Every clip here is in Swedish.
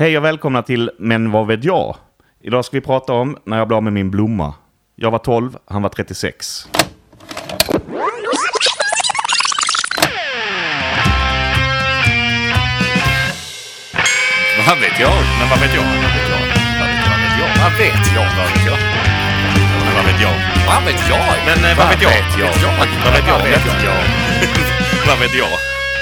Hej och välkomna till Men vad vet jag? Idag ska vi prata om när jag blev av med min blomma. Jag var 12, han var 36. Vad vet jag? Men vad vet jag? Vad vet jag? Vad vet jag? Men vad vet jag? Vad vet jag? Men vad vet jag? Vad vet jag? Vad vet jag?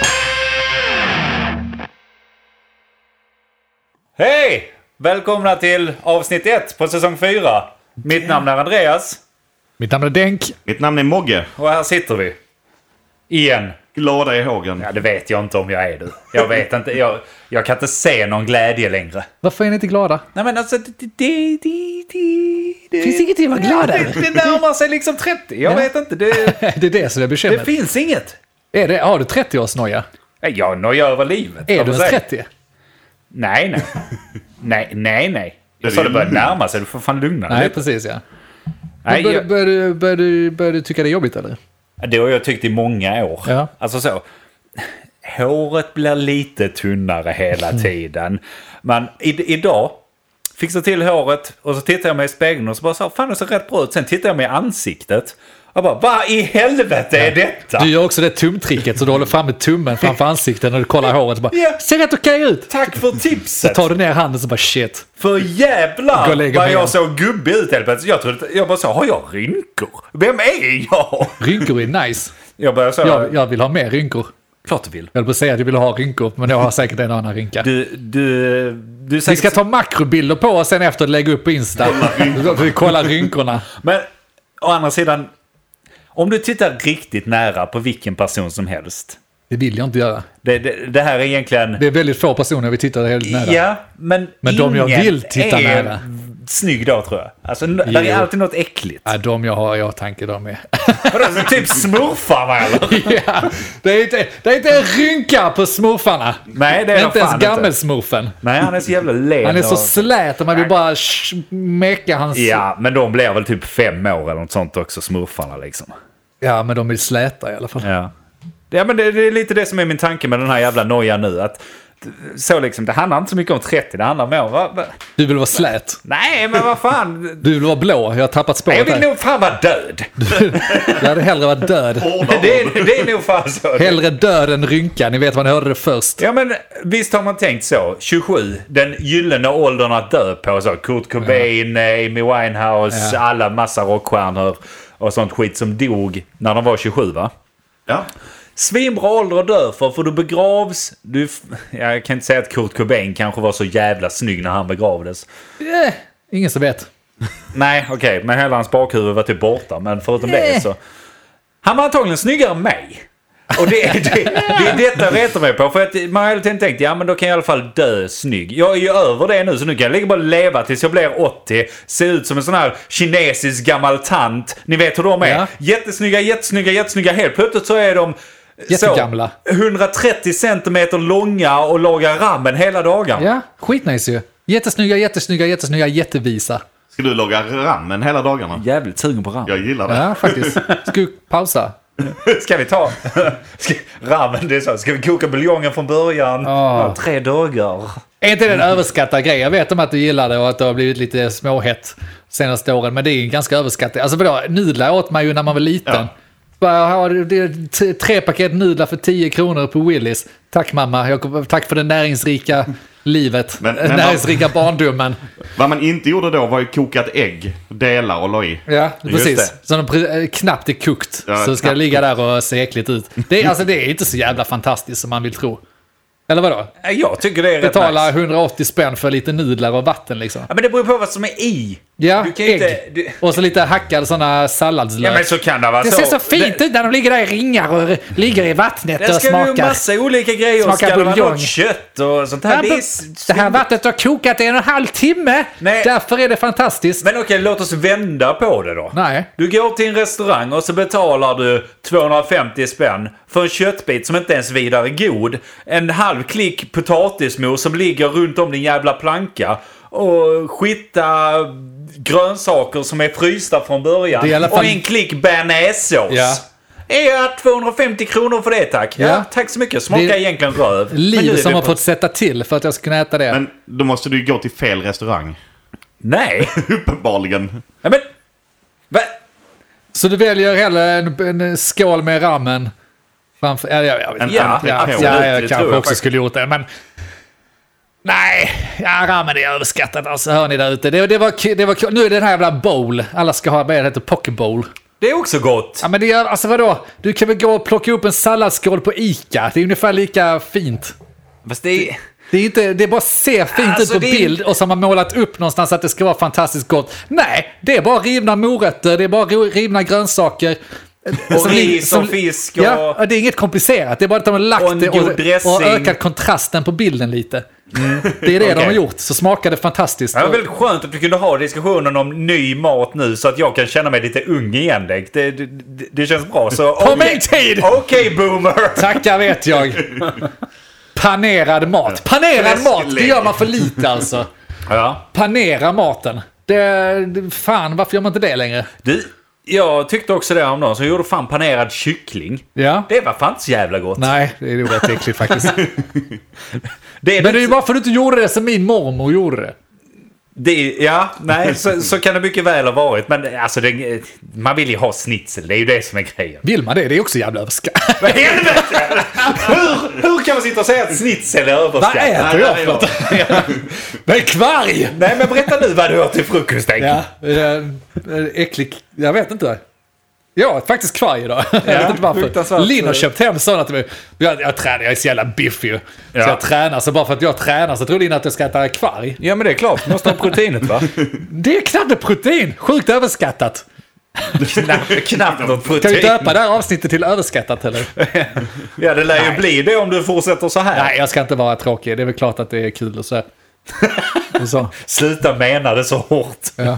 Hej! Välkomna till avsnitt 1 på säsong 4. Mitt namn är Andreas. Mitt namn är Denk. Mitt namn är Mogge. Och här sitter vi. Igen. Glada i hågen. Ja, det vet jag inte om jag är du. Jag vet inte. Jag kan inte se någon glädje längre. Varför är ni inte glada? Nej men alltså det Finns inget att vara glad över. det närmar sig liksom 30. Jag vet inte. Det är det som är Det bekymret. finns inget. Har du 30-årsnoja? Jag nojar över livet. Är du 30? Nej. Jag sa det börjar närma sig. Du får fan lugna dig. Nej, precis ja. Nej, Börjar du tycka det är jobbigt eller? Det har jag tyckt i många år. Ja. Alltså så. Håret blir lite tunnare hela tiden. Men idag fixar till håret och så tittar jag mig i spegeln och så bara så fan det ser rätt bra ut. Sen tittar jag mig i ansiktet. Jag bara, vad i helvete är detta? Du gör också det tumtricket så du håller fram med tummen framför ansiktet när du kollar håret och bara, ser rätt okej ut. Tack för tipset. Så tar du ner handen så bara shit. För jävlar lägger vad med. jag såg gubbig ut helt plötsligt. Jag bara så, har jag rynkor? Vem är jag? Rynkor är nice. Jag bara så, Jag vill ha mer rynkor. klart du vill. Jag höll på att säga att jag vill ha rynkor, men jag har säkert en annan rynka. Du Vi ska ta makrobilder på oss sen efter att lägga upp på Insta. Vi kollar rynkorna. Men å andra sidan, om du tittar riktigt nära på vilken person som helst. Det vill jag inte göra. Det här är egentligen... Det är väldigt få personer vi tittar helt nära. Ja, men de jag vill titta är nära. Snygg då tror jag. Alltså, där är alltid något äckligt. Ja, de jag har, jag tänker de är. Vadå, typ smurfarna eller? Ja, det är inte en rynka på smurfarna. Nej, det är inte ens fan inte. gammelsmurfen. Nej, han är så jävla len. Han är så och... slät och man vill bara mecka hans... Ja, men de blir väl typ 5 år eller något sånt också, smurfarna liksom. Ja, men de är släta i alla fall. Ja, men det är lite det som är min tanke med den här jävla nojan nu. Att, så liksom, det handlar inte så mycket om 30, det handlar mer om... Du vill vara slät. Nej, men vad fan... Du vill vara blå, jag har tappat spåret. Jag vill nog fan vara död. Jag hade hellre varit död. det är nog fan så. Hellre död än rynka, ni vet vad ni hörde det först. Ja, men visst har man tänkt så. 27, den gyllene åldern att dö på. Så Kurt Cobain, Amy Winehouse, alla massa rockstjärnor och sånt skit som dog när de var 27, va? Ja. Svinbra ålder att dö för du begravs. Jag kan inte säga att Kurt Cobain kanske var så jävla snygg när han begravdes. Ingen som vet. Nej, okej. Men hela hans bakhuvud var typ borta. Men förutom det så... Han var antagligen snyggare än mig. Och det är detta retar mig på. För att man har hela tiden tänkt, ja men då kan jag i alla fall dö snygg. Jag är ju över det nu så nu kan jag ligga bara leva tills jag blir 80. Se ut som en sån här kinesisk gammal tant. Ni vet hur de är. Ja. Jättesnygga. Helt plötsligt så är de... Jättegamla. Så, 130 centimeter långa och lagar ramen hela dagen. Ja, skitnice ju. Jättesnygga, jättevisa. Ska du laga ramen hela dagarna? Jävligt sugen på ram. Jag gillar det. Ja, faktiskt. Ska vi pausa? Ska vi ta ramen, det är så. Ska vi koka buljongen från början? 3 dagar. Är inte det en överskattad grej? Jag vet om att du gillar det och att det har blivit lite småhett senaste åren, men det är ganska överskattat. Alltså vadå, nudlar åt man ju när man var liten. Ja. Det är 3 paket nudlar för 10 kronor på Willys. Tack mamma, tack för det näringsrika livet. Men näringsrika barndomen. Vad man inte gjorde då var ju kokat ägg, dela och la i. Ja, precis. det. Så de knappt är kokt. Ja, så ska det ligga där och se äckligt ut. Det är inte så jävla fantastiskt som man vill tro. Eller vadå? Jag tycker det är rätt Betala nice. 180 spänn för lite nudlar och vatten liksom. Ja, men det beror på vad som är i. Ja, Du kan ägg. inte, Och så lite hackad såna salladslök. Ja, men så kan det vara Det så. ser så fint ut när de ligger där i ringar och ligger i vattnet Det och ska ju smakar. massa olika grejer. Smakar Ska det vara buljong. något kött och sånt här. Det här vattnet har kokat i 1,5 timme. Nej. Därför är det fantastiskt. Men okej, låt oss vända på det då. Nej. Du går till en restaurang och så betalar du 250 spänn för en köttbit som inte ens vidare god. En halv klick potatismos som ligger runt om din jävla planka. Och skitta grönsaker som är frysta från början. Det är i alla fall... Och en klick bearnaisesås. Ja. Ja, 250 kronor för det tack. Ja, tack så mycket. Smakar egentligen röv. Liv som har fått sätta till för att jag ska kunna äta det. Men då måste du gå till fel restaurang. Nej. Uppenbarligen. Ja, men... Va? Så du väljer hellre en skål med ramen framför... Jag kanske också skulle gjort det, men... Nej, ramen är överskattat. Alltså, hör ni där ute. Det var nu är det den här jävla bowl. Alla ska ha, vad heter poke bowl. Det är också gott. Ja, men det är, alltså vadå? Du kan väl gå och plocka upp en salladsskål på Ica. Det är ungefär lika fint. Fast det är bara ser fint ut på bild och så har man målat upp någonstans att det ska vara fantastiskt gott. Nej, det är bara rivna morötter, det är bara rivna grönsaker. Och ris och fisk och... Ja, det är inget komplicerat. Det är bara att de har lagt det och ökat kontrasten på bilden lite. Det är det de har gjort, så smakar det fantastiskt. Det var väldigt skönt att vi kunde ha diskussionen om ny mat nu så att jag kan känna mig lite ung igen. Det känns bra. Så, på min tid! Okej, boomer! Tackar vet jag. Panerad mat. Panerad mat, det gör man för lite alltså. Ja. Panera maten. Fan, varför gör man inte det längre? Jag tyckte också det om någon som gjorde fan panerad kyckling. Ja. Det var fan så jävla gott. Nej, det är nog rätt äckligt faktiskt. Men det är ju bara för att du inte gjorde det som min mormor gjorde det. Så kan det mycket väl ha varit. Men alltså, man vill ju ha snitsel. Det är ju det som är grejen. Vill man det? Det är också jävla överskattat. Vad helvete! Hur kan man sitta och säga att snitsel är överskattat? Vad äter jag för något? Det är kvarg! Nej, men berätta nu vad du har till frukost. Ja, äcklig. Jag vet inte. Ja, faktiskt kvarg idag. Jag vet inte varför. Linn har köpt hem sådana till mig. Jag tränar, jag är så jävla biffig. Så jag tränar, så bara för att jag tränar så tror Linn att jag ska äta kvarg. Ja, men det är klart. Du måste ha proteinet, va? Det är knappt protein. Sjukt överskattat. Knappt något protein. Kan vi döpa det här avsnittet till överskattat, eller? Ja, det lär ju bli det om du fortsätter så här. Nej, jag ska inte vara tråkig. Det är väl klart att det är kul och så. Sluta mena det så hårt. Ja.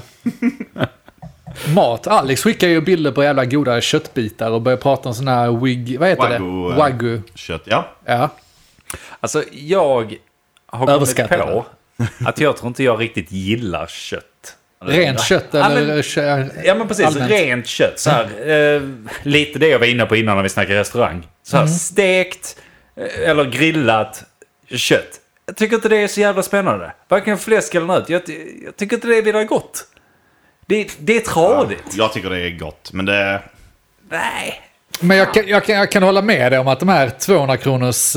Mat. Alex skickar ju bilder på jävla goda köttbitar och börjar prata om såna här Wagyu-kött, ja. Alltså, jag har kommit på att jag tror inte jag riktigt gillar kött. Rent kött eller... Ja, men precis. Allmänt. Rent kött. Så här, lite det jag var inne på innan när vi snackade restaurang. Så här, stekt eller grillat kött. Jag tycker inte det är så jävla spännande. Varken fläsk eller nöt. Jag tycker inte det är vidare gott. Det är tradigt. Ja, jag tycker det är gott, men det... Nej. Men jag kan hålla med dig om att de här 200 kronors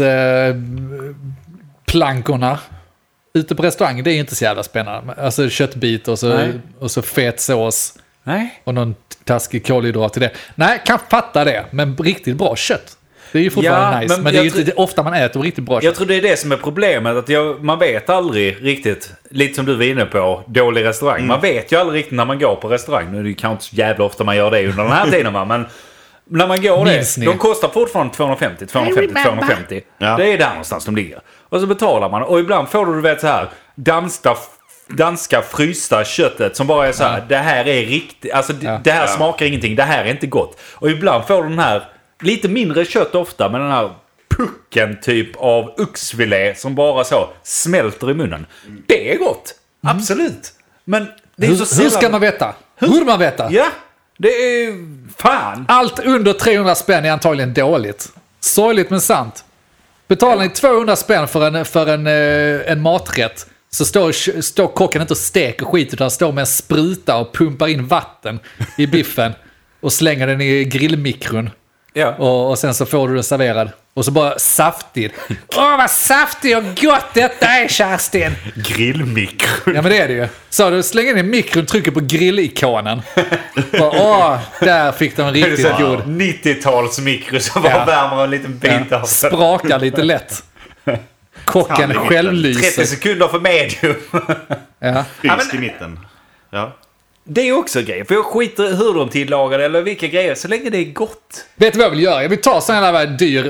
plankorna ute på restaurang, det är inte så jävla spännande. Alltså köttbit och så fet sås. Nej. Och någon taskig kolhydrat till det. Nej, kan fatta det. Men riktigt bra kött. Det är ju fortfarande nice. Men det är ju inte ofta man äter riktigt bra kött. Jag tror det är det som är problemet. Att man vet aldrig riktigt, lite som du var inne på, dålig restaurang. Man vet ju aldrig riktigt när man går på restaurang. Nu är det kanske inte så jävla ofta man gör det under den här tiden. Men när man går det, de kostar fortfarande 250. Ja. Det är där någonstans de ligger. Och så betalar man. Och ibland får du vet så här, danska frysta köttet som bara är så här, det här är riktigt, alltså det här smakar ingenting, det här är inte gott. Och ibland får du den här, lite mindre kött ofta, men den här pucken typ av oxfilé som bara så smälter i munnen. Det är gott, absolut. Men det är så sällan... Hur ska man veta? Hur man veta? Ja, det är fan. Allt under 300 spänn är antagligen dåligt. Sorgligt men sant. Betalar ni 200 spänn för en maträtt, så står kocken inte och steker skit, utan står med en spruta och pumpar in vatten i biffen och slänger den i grillmikron. Ja. Och sen så får du den serverad. Och så bara saftigt. Åh, vad saftigt och gott detta är, Kerstin! Grillmikron. Ja, men det är det ju. Så du slänger in i mikron, trycker på grillikonen. Åh, där fick de en riktigt god. 90-talsmikro som bara värmer en liten bit av. Sprakar lite lätt. Kocken självlyser. 30 sekunder för medium. Ja. Finns i mitten. Ja. Det är också grejer. För jag skiter i hur de tillagar eller vilka grejer, så länge det är gott. Vet du vad jag vill göra? Jag vill ta sån här dyr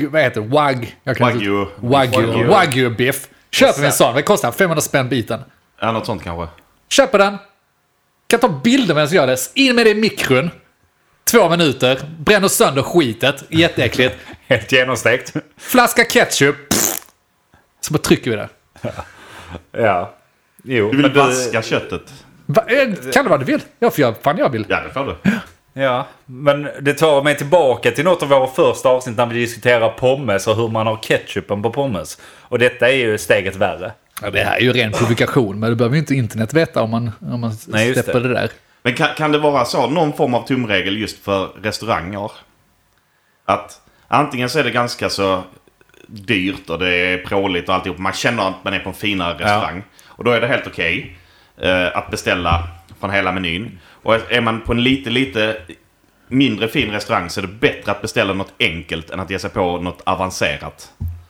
Wagyu-biff. Köper vi en sån. Det kostar 500 spänn biten. Ja, något sånt kanske. Köper den. Kan ta bilder medan jag gör det. In med det i mikron. 2 minuter. Bränner sönder skitet. Jätteäckligt. Helt genomstekt. Flaska ketchup. Så bara trycker vi det. Ja. Jo, Du vill vaska köttet. Kan det vara du vill? Ja, för jag vill. Ja, det får du. Ja, men det tar mig tillbaka till något av våra första avsnitt när vi diskuterar pommes och hur man har ketchupen på pommes. Och detta är ju steget värre. Ja, det här är ju ren publikation, men du behöver ju inte internet veta om man släpper det där. Men kan det vara så, någon form av tumregel just för restauranger? Att antingen så är det ganska så dyrt och det är pråligt och alltihop. Man känner att man är på en finare restaurang. Och då är det helt okej att beställa från hela menyn. Och är man på en lite mindre fin restaurang så är det bättre att beställa något enkelt än att ge sig på något avancerat.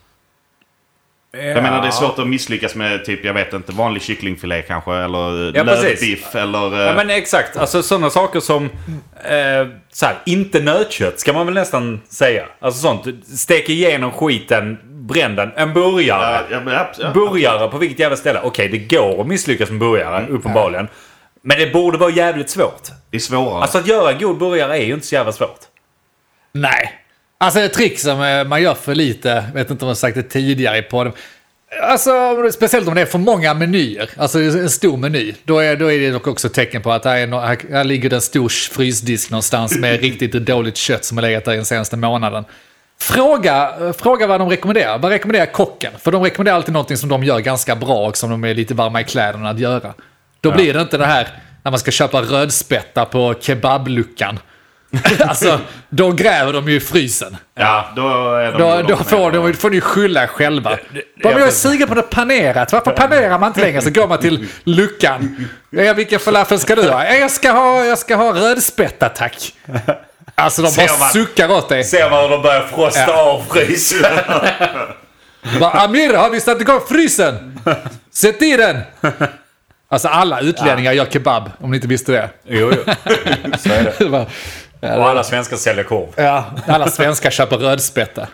Ja. Jag menar, det är svårt att misslyckas med typ, jag vet inte, vanlig kycklingfilé kanske, eller lövbiff, eller... Ja, men exakt. Alltså sådana saker som så här, inte nötkött ska man väl nästan säga. Alltså sånt, stek igenom skiten, bränn den. En burgare. Burgare på vilket jävla ställe? Okej, det går att misslyckas med burgare, uppenbarligen. Men det borde vara jävligt svårt. Det är svårare. Alltså att göra en god burgare är ju inte så jävla svårt. Nej. Alltså ett trick som man gör för lite, jag vet inte om jag sagt det tidigare på det. Alltså speciellt om det är för många menyer, alltså en stor meny, då är det dock också tecken på att här ligger det en stor frysdisk någonstans med riktigt dåligt kött som har legat där den senaste månaden. Fråga vad de rekommenderar. Vad rekommenderar kocken? För de rekommenderar alltid något som de gör ganska bra och som de är lite varma i kläderna att göra. Då blir det inte det här när man ska köpa rödspätta på kebabluckan. Alltså, då gräver de ju i frysen. Ja, då är då får ni skylla själva. Jag är sugen på det panerat. Varför panerar man inte längre? Så går man till luckan. Vilken falafel ska du ha? Jag ska ha rödspätta, tack. Alltså, de bara suckar åt dig. Ser man hur de börjar frosta av frysen. Amir, har vi satt igång frysen? Sätt i den! Alltså, alla utlänningar gör kebab, om ni inte visste det. Jo. Så är det. Och alla svenskar säljer korv. Ja, alla svenskar köper rödspätta.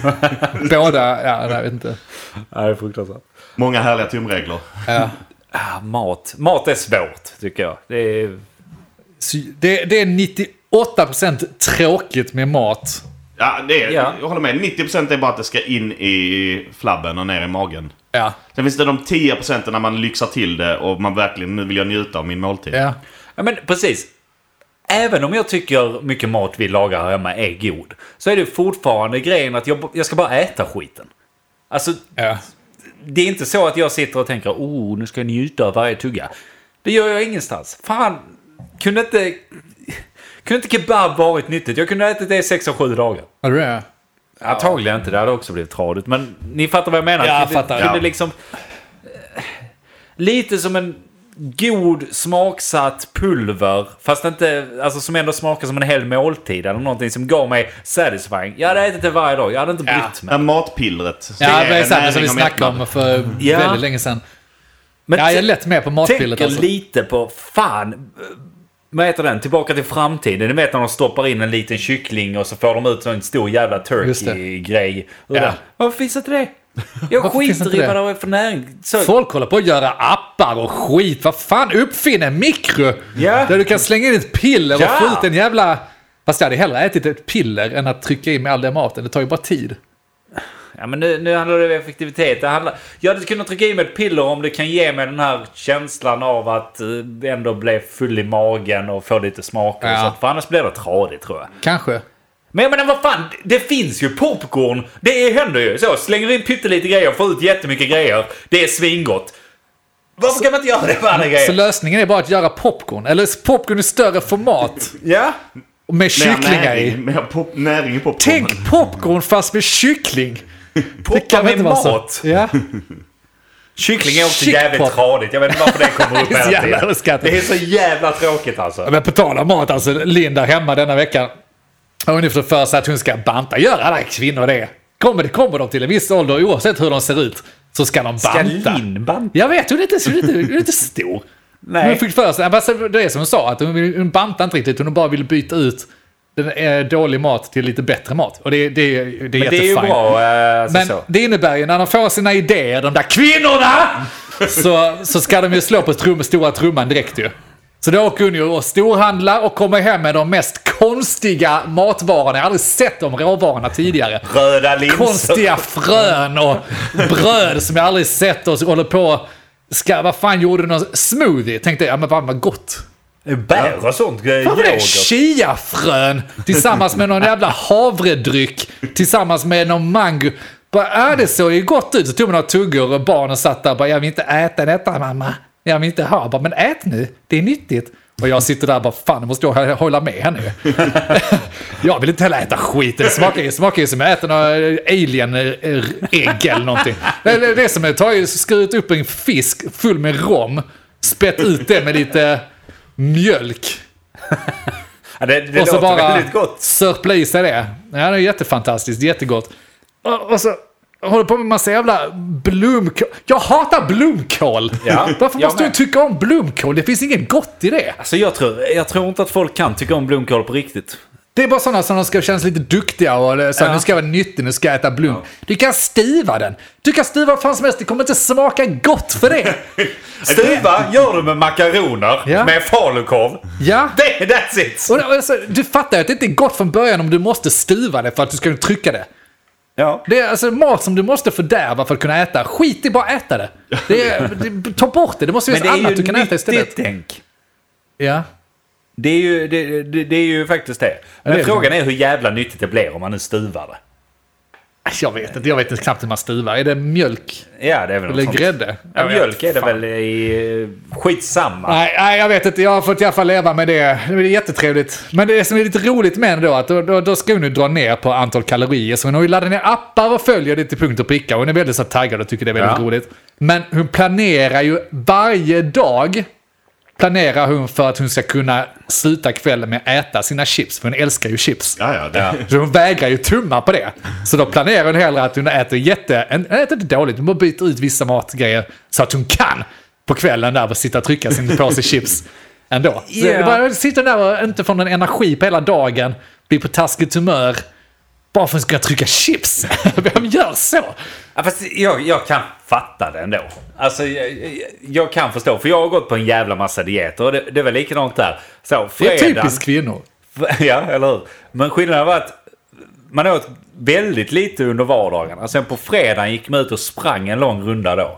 Båda, jag vet inte. Ja, det är fruktansvärt. Många härliga tumregler. Ja. Mat är svårt, tycker jag. Det är 98% tråkigt med mat. Ja, jag håller med. 90% är bara att det ska in i flabben och ner i magen. Ja. Sen finns det de 10% när man lyxar till det och man verkligen, nu vill jag njuta av min måltid. Ja, men precis. Även om jag tycker mycket mat vi lagar här hemma är god, så är det fortfarande grejen att jag ska bara äta skiten. Alltså, det är inte så att jag sitter och tänker, nu ska jag njuta av varje tugga. Det gör jag ingenstans. Fan, kunde inte kebab varit nyttigt? Jag kunde äta det i 6-7 dagar. Har du det? Antagligen inte, det hade också blivit tradigt. Men ni fattar vad jag menar. Jag fattar. Kunde liksom, lite som en god smaksatt pulver, fast inte, alltså som ändå smakar som en hel måltid eller någonting som gav mig satisfying. Jag hade ätit det varje dag, jag hade inte brytt mig. Matpillret. Ja, det är sant som vi snackade om för väldigt länge sedan. Men jag är lätt med på matpillret. Tänker alltså lite på, vad heter den? Tillbaka till framtiden. Ni vet när de stoppar in en liten kyckling och så får de ut en stor jävla turkey-grej. Ja. Varför finns inte det? Jag skiter i vad det är för näring. Folk håller på att göra appar och skit. Vad fan, uppfinna en mikro där du kan slänga in ett piller och få ut en jävla... Fast jag hade hellre ätit ett piller än att trycka in med all den maten. Det tar ju bara tid. Ja, men nu handlar det om effektivitet. Jag hade kunnat trycka in med ett piller om det kan ge mig den här känslan av att ändå bli full i magen och få lite smak. Och så. För annars blir det tradigt, tror jag. Kanske. Men jag menar, vad fan, det finns ju popcorn. Det händer ju. Så, slänger in pyttelite grejer, får ut jättemycket grejer. Det är svingott. Varför kan man inte göra det med andra grejer? Så lösningen är bara att göra popcorn. Eller popcorn i större format. Ja. Med kycklingar i. Mer näring i popcorn. Tänk popcorn fast med kyckling. Poppa med mat. Ja. Kyckling är också jävligt tradigt. Jag vet inte varför det kommer upp hela tiden. Det är så jävla tråkigt alltså. Men på tal om mat, alltså Linda hemma denna veckan. Och nu för sig att hon ska banta. Gör alla kvinnor det? Kommer de till en viss ålder, oavsett hur de ser ut, så ska de banta. Ska Linn banta? Jag vet, hon är inte stor. Nej. Hon fick för sig, det är som hon sa, att hon bantar inte riktigt. Hon bara vill byta ut den dålig mat till lite bättre mat. Och det är jättefint. Det är ju bra. Men så. Det innebär ju, när de får sina idéer, de där kvinnorna, så ska de ju slå på stora trumman direkt ju. Så då åker hon ju och storhandlar och kommer hem med de mest konstiga matvarorna. Jag har aldrig sett de råvarorna tidigare. Röda linser. Konstiga frön och bröd som jag aldrig sett, och så håller på. Vad fan gjorde du? Någon smoothie? Tänkte jag, men vad gott. Bär och sånt. Vad är det? Chiafrön tillsammans med någon jävla havredryck tillsammans med någon mango. Bara, det såg ju gott ut. Så tog man några tuggor och barnen satt där och bara, jag vill inte äta detta mamma. Jag vill inte ha. Bara, men ät nu, det är nyttigt. Och jag sitter där och bara, fan, måste jag hålla med här nu. Jag vill inte heller äta skit. Det smakar ju som att äta några alien-ägg eller någonting. Det är som att skurit upp en fisk full med rom, spett ut det med lite mjölk. Ja, det och så låter bara väldigt gott. sörpla i sig det. Ja, det är jättefantastiskt, jättegott. Och så håller på med massa jävla blomkål. Jag hatar blomkål. Ja, varför måste du tycka om blomkål? Det finns ingen gott i det. Alltså jag tror inte att folk kan tycka om blomkål på riktigt. Det är bara sådana som ska kännas lite duktiga och så, nu ska jag vara nyttig, nu ska jag äta blom. Ja. Du kan stiva den. Du kan stiva vad fan som helst, det kommer inte smaka gott för det. Stiva gör du med makaroner, med falukorv. Ja. That's it. Och alltså, du fattar att det inte är gott från början om du måste stuva det för att du ska trycka det. Ja. Det är alltså mat som du måste fördärva för att kunna äta. Skit i bara äta det. Ta bort det. Det måste finnas annat du kan äta istället. Tänk. Ja. Det är ju faktiskt det. Men frågan är hur jävla nyttigt det blir om man nu stuvar det. Jag vet inte knappt hur man stuvar. Är det mjölk? Ja, det är väl eller grädde? Ja, mjölk är det väl i skitsamma. Nej, jag vet inte. Jag har fått i alla fall leva med det. Det är jättetrevligt. Men det som är lite roligt med det då, att då ska hon nu dra ner på antal kalorier. Så hon har ju laddat ner appar och följer det till punkt och pricka. Hon är väldigt så taggad och tycker det är väldigt roligt. Men hon planerar ju varje dag. Planerar hon för att hon ska kunna sluta kvällen med att äta sina chips. För hon älskar ju chips. Ja. Så hon vägrar ju tumma på det. Så då planerar hon hellre att hon äter inte dåligt. Hon bara byter ut vissa matgrejer så att hon kan på kvällen där och sitta och trycka sin påse chips ändå. Så det bara sitter där och inte får någon energi på hela dagen. Blir på taskigt humör. Bara för att ska trycka chips. Vem gör så? Ja, fast jag kan fatta det ändå. Alltså, jag kan förstå. För jag har gått på en jävla massa dieter. Och det är väl likadant där. Så, fredag, det är typiskt kvinnor. Ja, eller hur? Men skillnaden var att man åt väldigt lite under vardagarna. Sen på fredagen gick man ut och sprang en lång runda då.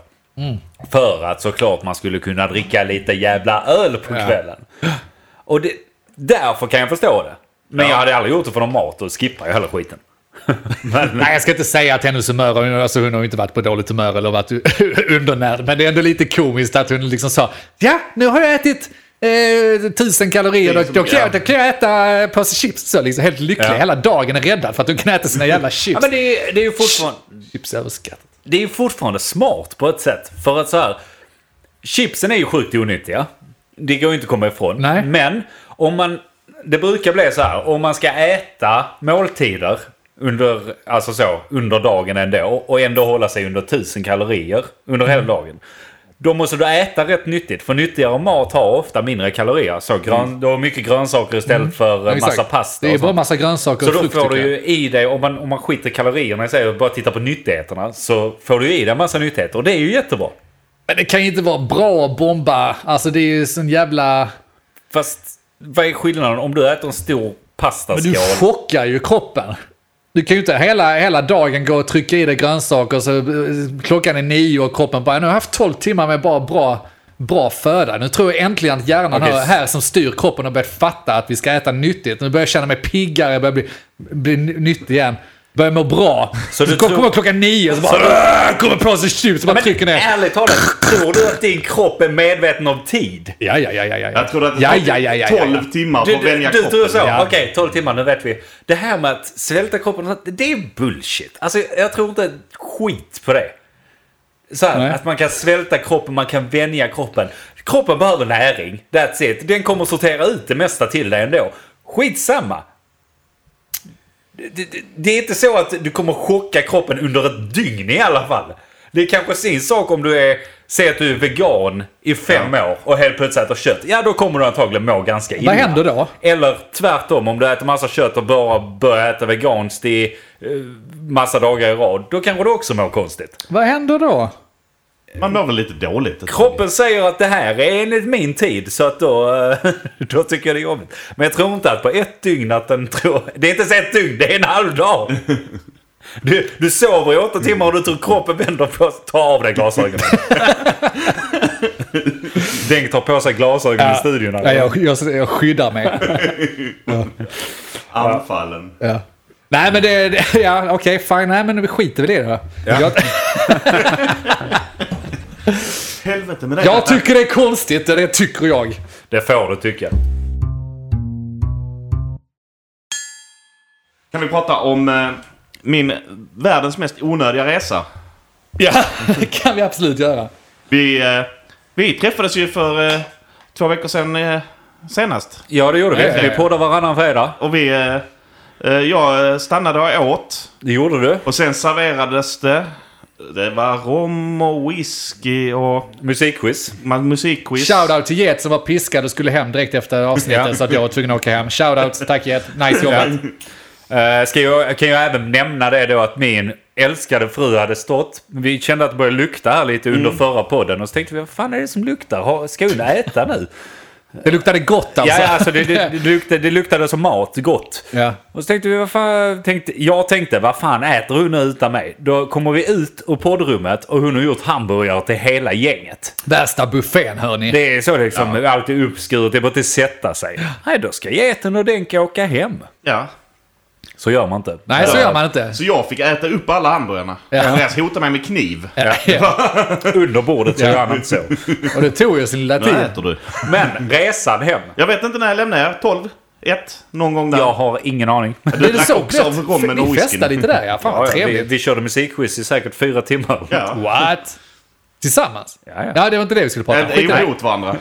För att såklart man skulle kunna dricka lite jävla öl på kvällen. Och därför kan jag förstå det. Men jag hade aldrig gjort det för någon mat och skippar ju hela skiten. Nej, jag ska inte säga att hennes humör, alltså hon har inte varit på dåligt humör eller varit undernärd. Men det är ändå lite komiskt att hon liksom sa, ja, nu har jag ätit 1000 kalorier, då kan jag äta påse chips. Så liksom helt lycklig, hela dagen är räddad för att hon kan äta sina jävla chips. Ja, men det är ju fortfarande... Chips överskattat. Det är ju fortfarande smart på ett sätt. För att så här, chipsen är ju sjukt onyttiga. Det går ju inte att komma ifrån. Nej. Men det brukar bli så här, om man ska äta måltider under dagen ändå och ändå hålla sig under 1000 kalorier under hela dagen. Då måste du äta rätt nyttigt. För nyttigare mat har ofta mindre kalorier. Så du har mycket grönsaker istället för massa pasta. Det är bara massa grönsaker och frukt. Så då får du ju i dig, om man skiter kalorierna och bara tittar på nyttigheterna, så får du i dig en massa nyttigheter. Och det är ju jättebra. Men det kan ju inte vara bra att bomba. Alltså det är ju sån jävla... Fast vad är skillnaden om du äter en stor pastaskål? Men du chockar ju kroppen. Du kan ju inte hela dagen gå och trycka i dig grönsaker så klockan är 9 och kroppen bara, nu har jag haft 12 timmar med bara bra föda. Nu tror jag äntligen att hjärnan här som styr kroppen och börjar fatta att vi ska äta nyttigt. Nu börjar jag känna mig piggare, börjar bli nyttig igen. Börjar må bra. Så du kommer klockan 9 och så bara kommer på sig chips och bara trycker ner. Ärligt talat, tror du att din kropp är medveten om tid? Ja. Jag tror att det 12 timmar för att vänja kroppen. Du så, okej, 12 timmar, nu vet vi. Det här med att svälta kroppen, det är bullshit. Alltså, jag tror inte skit på det. Så här, att man kan svälta kroppen, man kan vänja kroppen. Kroppen behöver näring, that's it. Den kommer sortera ut det mesta till dig ändå. Skitsamma. Det är inte så att du kommer chocka kroppen under ett dygn i alla fall. Det är kanske sin sak om du säger att du är vegan i 5 år och helt plötsligt äter kött. Ja, då kommer du antagligen må ganska illa. Vad händer då? Eller tvärtom, om du äter massa kött och bara börjar äta veganskt i massa dagar i rad, då kanske du också mår konstigt. Vad händer då? Man mår väl lite dåligt. Kroppen säger att det här är enligt min tid, så att då tycker jag det är jobbigt. Men jag tror inte att på ett dygn att den tror... Det är inte så ett dygn, det är en halv dag. Du sover i 8 timmar och du tror kroppen vänder på att ta av dig glasögonen. Denk tar på sig glasögon i studion. Ja, jag skyddar mig. Anfallen. Ja. Nej, men okej, fine. Nej, men vi skiter väl i det då. Ja. Helvete med det. Jag tycker det är konstigt, det tycker jag. Det får du tycka. Kan vi prata om min världens mest onödiga resa? Ja, det kan vi absolut göra. Vi träffades ju för 2 veckor sedan senast. Ja, det gjorde vi. Vi poddade varannan fredag. Och jag stannade och åt. Det gjorde du. Och sen serverades det. Det var rom och whisky och Musikquiz. musikquiz. Shoutout till Jet som var piskad och skulle hem direkt efter avsnittet så att jag var tvungen att åka hem. Shoutout, tack Jet. Nice jobbat. Kan jag även nämna det då att min älskade fru hade stått. Vi kände att det började lukta här lite under förra podden. Och så tänkte vi, vad fan är det som luktar? Ska hon äta nu? Det luktade gott alltså. Ja, alltså det luktade som mat, gott. Ja. Och så tänkte vi, jag tänkte, vad fan äter hon nu utan mig? Då kommer vi ut ur poddrummet och hon har gjort hamburgare till hela gänget. Värsta buffén, hörni. Det är så liksom, alltid uppskuret, det är bara att sätta sig. Nej, då ska Geten och Denka åka hem. Ja. Så gör man inte. Nej, så gör man inte. Så jag fick äta upp alla hamburgarna. Andreas hotade mig med kniv. Ja. Under bordet så gör man inte så. Och det tog ju sin lilla Nu tid. äter du. Men resan hem. Jag vet inte när jag lämnade. 12, 1, någon gång där. Jag har ingen aning. Du Det är drack så också av rommen och Ni whiskyn. festade lite där, ja. Fan vad trevligt. Vi körde musikquiz i säkert 4 timmar. Ja. What? Tillsammans? Ja. Ja, det var inte det vi skulle prata om. Skit Skit i det. mot varandra.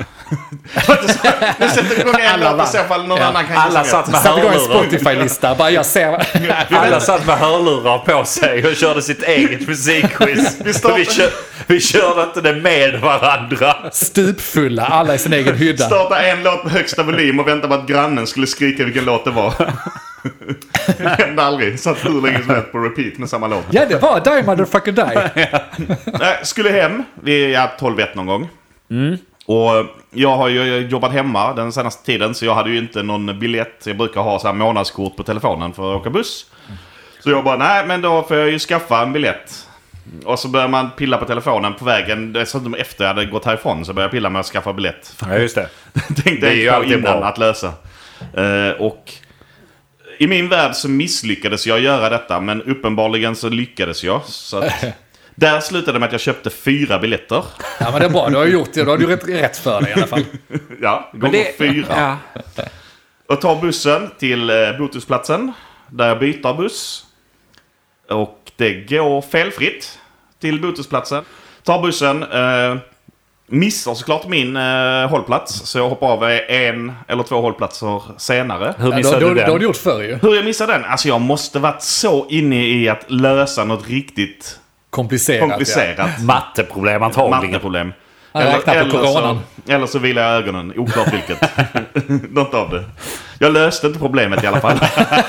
Nu sätter vi igång en låt och se ifall någon annan kan Alla gissa satt rätt. med Satt igång en hörlurar. Spotify-lista. Bara jag ser... Alla satt med hörlurar på sig och körde sitt eget musikquiz. Vi körde inte det med varandra. Stupfulla, alla i sin egen hydda. Starta en låt med högsta volym och vänta på att grannen skulle skrika vilken låt det var. Det hände aldrig. Satt hur länge som helst på repeat med samma låt. Ja, det var Die Motherfucker Die. Skulle hem vid 12-1 någon gång. Och jag har ju jobbat hemma den senaste tiden, så jag hade ju inte någon biljett. Jag brukar ha så här månadskort på telefonen för att åka buss. Så jag bara, nej men då får jag ju skaffa en biljett. Och så börjar man pilla på telefonen på vägen. Dessutom efter jag hade gått härifrån så började jag pilla med att skaffa biljett. Ja, just det. Tänkte Det är ju jag alltid innan bra. att lösa. Och i min värld så misslyckades jag göra detta, men uppenbarligen så lyckades jag. Så att, där slutade det med att jag köpte 4 biljetter. Ja, men det är bra. Du har gjort det. Då har du rätt för dig i alla fall. Ja, gånger 4. Ja. Och tar bussen till Botusplatsen, där jag byter buss. Och det går felfritt till Botusplatsen. Tar bussen, missar såklart min hållplats. Så jag hoppar av 1 eller 2 hållplatser senare. Hur Ja, missade då du den? har du gjort förr ju. Hur jag missade den? Alltså jag måste varit så inne i att lösa något riktigt komplicerat Matteproblem antagligen. matteproblem. Han räknar på coronan. Eller så vilar jag ögonen. Oklart vilket. Något av det. Jag löste inte problemet i alla fall.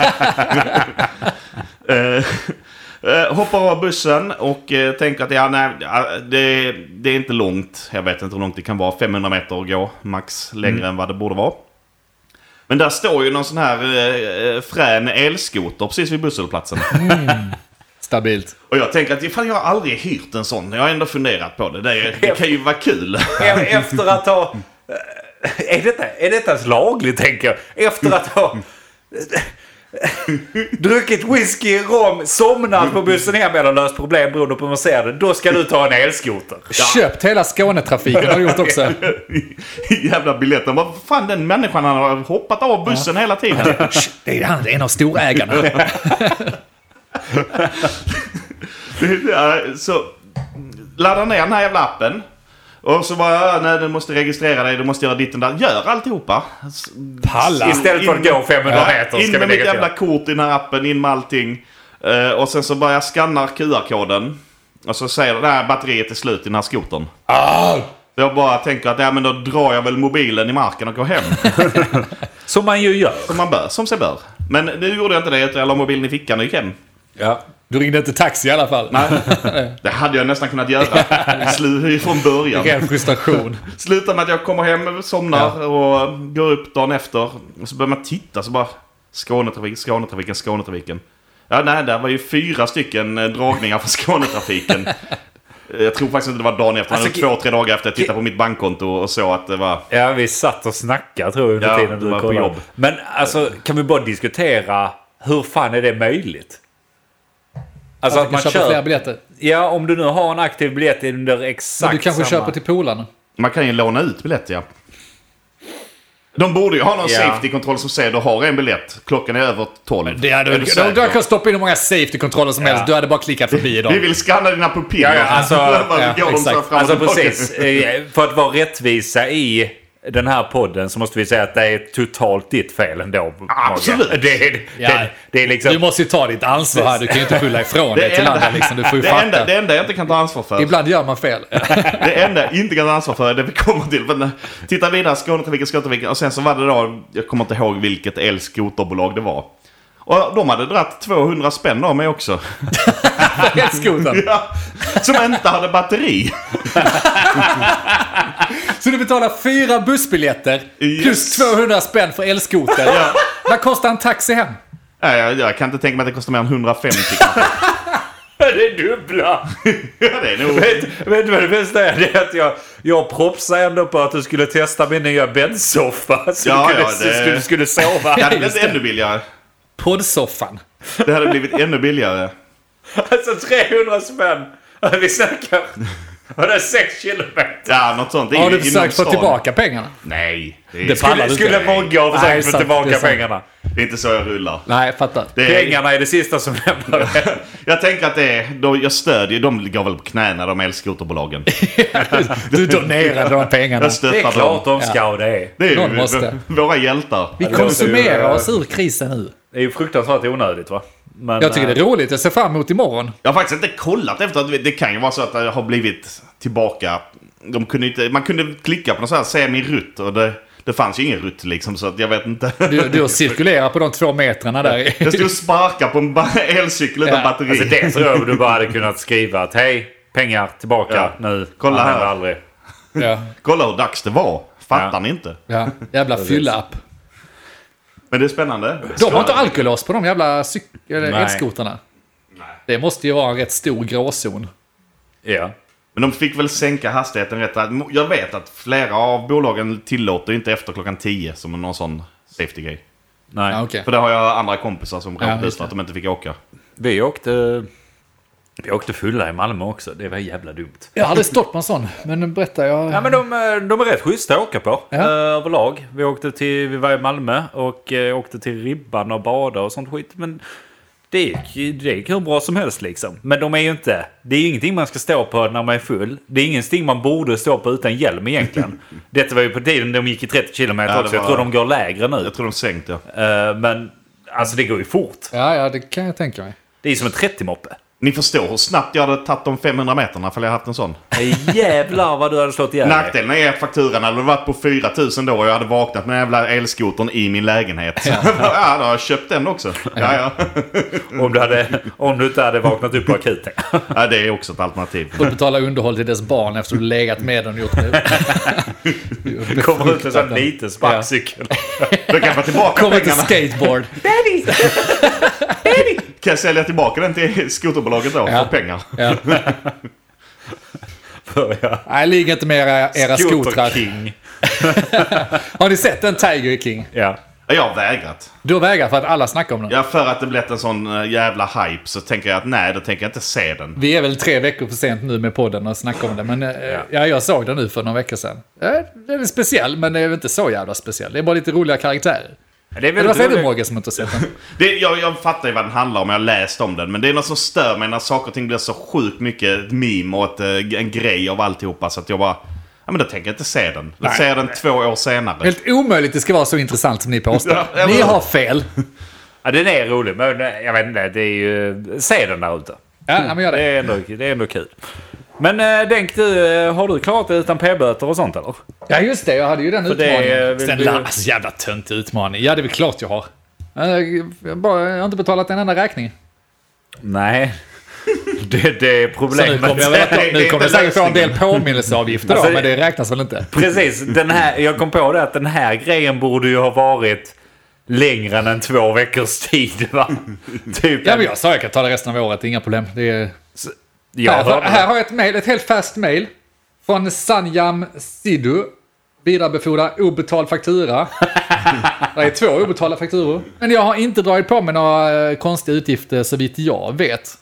Hoppar av bussen och tänker att det är inte långt. Jag vet inte hur långt det kan vara. 500 meter att gå. Max längre än vad det borde vara. Men där står ju någon sån här frän elskoter precis vid busshållplatsen. Stabilt. Och jag tänker att jag har aldrig hyrt en sån. Jag har ändå funderat på det. Det kan ju vara kul. Efter att ha... Är detta ens lagligt, tänker jag? Efter att ha... druckit whisky, rom, somnat på bussen hem eller löst problem beroende på hur man ser det. Då ska du ta en elskoter. Köpt hela Skånetrafiken har du gjort också. Jävla biljetten. Vad fan, den människan har hoppat av bussen hela tiden. Det är han, en av storägarna. Så laddar ner den här jävla appen. Och så bara, nej du måste registrera dig, du måste göra ditt och där. Gör alltihopa. Palla. Istället för att gå 500 meter in ska vi med mitt lägga jävla till. kort i den här appen, in med allting. Och sen så bara jag skannar QR-koden. Och så säger det här batteriet är slut i den här skotern. Så jag bara tänker att men då drar jag väl mobilen i marken och går hem. Som man ju gör. Som man bör, som sig bör. Men nu gjorde jag inte det, utan jag la mobilen i fickan och gick hem. Ja. Du ringde inte taxi i alla fall. Nej, det hade jag nästan kunnat göra. Från början. Ren frustration. Slutar med att jag kommer hem, somnar och går upp dagen efter. Och så börjar man titta så bara Skånetrafiken. Ja, nej, där var ju 4 stycken dragningar från Skånetrafiken. Jag tror faktiskt inte det var dagen efter. Alltså, 2-3 dagar efter jag tittade på mitt bankkonto och såg att det var... Ja, vi satt och snackade tror jag under tiden det du var på kollade. jobb. Men alltså, kan vi bara diskutera hur fan är det möjligt? Alltså Att man köper fler biljetter. Ja, om du nu har en aktiv biljett under Men exakt du kanske samma... köper till polarna. Man kan ju låna ut biljett, ja. De borde ju ha någon safety-kontroll som säger du har en biljett. Klockan är över 12. Du kan stoppa in hur många safety-kontroller som helst. Du hade bara klickat förbi dem. Vi vill scanna dina pupiller. Alltså precis. För att vara rättvisa i den här podden så måste vi säga att det är totalt ditt fel ändå. Absolut. Det är liksom... Du måste ju ta ditt ansvar här. Du kan ju inte skylla ifrån dig till andra. Liksom. Du får ju fatta. Det enda jag inte kan ta ansvar för. Ibland gör man fel. Det enda jag inte kan ta ansvar för är det vi kommer till. Men, titta vidare, Skånetrafiken. Och sen så var det då, jag kommer inte ihåg vilket elskoterbolag det var. Och de hade dratt 200 spänn av mig också. Elskotern. Ja, som inte hade batteri. Så du betalar 4 bussbiljetter plus 200 spänn för elskoter. Ja. Vad kostar en taxi hem? Jag kan inte tänka mig att det kostar mer än 150 kanske. Det är dubbla. Ja, det är nog... Vet du vad det bästa är? Det är att jag propsade ändå på att du skulle testa min nya bäddsoffa. Så du skulle sova. Det hade blivit ännu billigare. Poddsoffan. Det hade blivit ännu billigare. Alltså 300 spänn. Vi snackar. Och det är 6 kilometer. Ja, något sånt. Har du försökt få tillbaka pengarna? Nej. Skulle många ha försökt få tillbaka pengarna. Det är inte så jag rullar. Nej, jag fattar. Pengarna är det sista som lämnar. Jag tänker att det är... Jag stödjer... De ligger väl på knäna, de elskoterbolagen. Du donerar de pengarna. Jag stöttar Det är klart dem. de ska det. Det är Någon ju måste. våra hjältar. Vi konsumerar oss ur krisen nu. Det är ju fruktansvärt onödigt va? Men, Jag tycker det är roligt. Jag ser fram emot imorgon. Jag har faktiskt inte kollat efter att det kan ju vara så att det har blivit tillbaka. Man kunde klicka på någon sån här se min rutt och det fanns ju ingen rutt liksom så att jag vet inte. Du har cirkulerat på de 2 metrarna där. Jag stod och sparka på en elcykel utan batteri. Alltså det tror jag du bara hade kunnat skriva att hej, pengar tillbaka nu. Kolla här. Aldrig. Ja. Kolla hur dags det var. Fattar ni inte? Ja. Jävla fylla-app. Men det är spännande. De har inte alkolås på de jävla Nej. elskotarna. Det måste ju vara en rätt stor gråzon. Ja. Men de fick väl sänka hastigheten rätt. Jag vet att flera av bolagen tillåter inte efter klockan 10 som någon sån safety-grej. Nej. Ja, okay. För det har jag andra kompisar som råkade ut just för att de inte fick åka. Vi åkte fulla i Malmö också. Det var jävla dumt. Jag hade stått på en sån, men berätta jag... Ja, men de är rätt schyssta att åka på överlag. Vi var i Malmö och åkte till Ribban och bada och sånt skit. Men det gick hur bra som helst liksom. Men de är ju inte... Det är ju ingenting man ska stå på när man är full. Det är ingenting man borde stå på utan hjälm egentligen. Detta var ju på tiden de gick i 30 kilometer också. Jag tror de går lägre nu. Jag tror de sänkt, ja. Men alltså det går ju fort. Ja, det kan jag tänka mig. Det är som en 30-moppe. Ni förstår hur snabbt jag hade tagit de 500 meterna för jag hade haft en sån. Jävlar vad du hade slått ihjäl. Nackdelen är att fakturan hade varit på 4 000 då och jag hade vaknat med den jävla elskotern i min lägenhet. Ja, då har jag köpt den också. Ja. Om du inte hade vaknat upp på akuten. Ja, det är också ett alternativ. Får betala underhåll till dess barn efter du legat med den och gjort det. Det kommer ut en sån liten sparkcykel. Då kan jag få tillbaka Kommer till pengarna. skateboard. Kan jag sälja tillbaka den till skoterbolaget då för pengar? Ja. Nej, ligger inte med era skotrar. King. Har ni sett den Tiger King? Ja. Jag har vägrat. Du har vägrat för att alla snackar om den. Ja, för att det blivit en sån jävla hype så tänker jag att nej, då tänker jag inte se den. Vi är väl 3 veckor för sent nu med podden och snackar om det. Men jag såg den nu för några veckor sedan. Den är speciell, men det är inte så jävla speciell. Det är bara lite roliga karaktärer. Det är Eller varför är det Morgan som inte har sett den? Jag fattar ju vad den handlar om, jag har läst om den. Men det är något som stör mig när saker och ting blir så sjukt mycket ett meme och en grej av alltihopa. Så att jag bara, ja men då tänker jag inte se den. Jag ser den 2 år senare. Helt omöjligt det ska vara så intressant som ni påstår. Ja, ni har fel. Ja, den är rolig, men jag vet inte, det är ju... Se den där ute. Ja, men gör det. Det är ändå kul. Men Denk, har du klarat det utan p-böter och sånt eller? Ja, just det. Jag hade ju den För utmaningen. det- Den alltså, jävla tönt utmaning. Ja, det är väl klart jag har. Jag har inte betalat en enda räkning. Nej. Det är Så problemet. nu kommer jag säkert få en del påminnelseavgifter Alltså, då, men det räknas väl inte? Precis, jag kom på det att den här grejen borde ju ha varit längre än 2 veckors tid va? Typ Ja, men jag sa jag kan ta det resten av året, inga problem. Det är... Här har jag ett mail, ett helt färskt mail från Sanyam Sidhu. Vidarebefordra obetald faktura. Det är 2 obetalda fakturor. Men jag har inte dragit på mig några konstiga utgifter så vitt jag vet.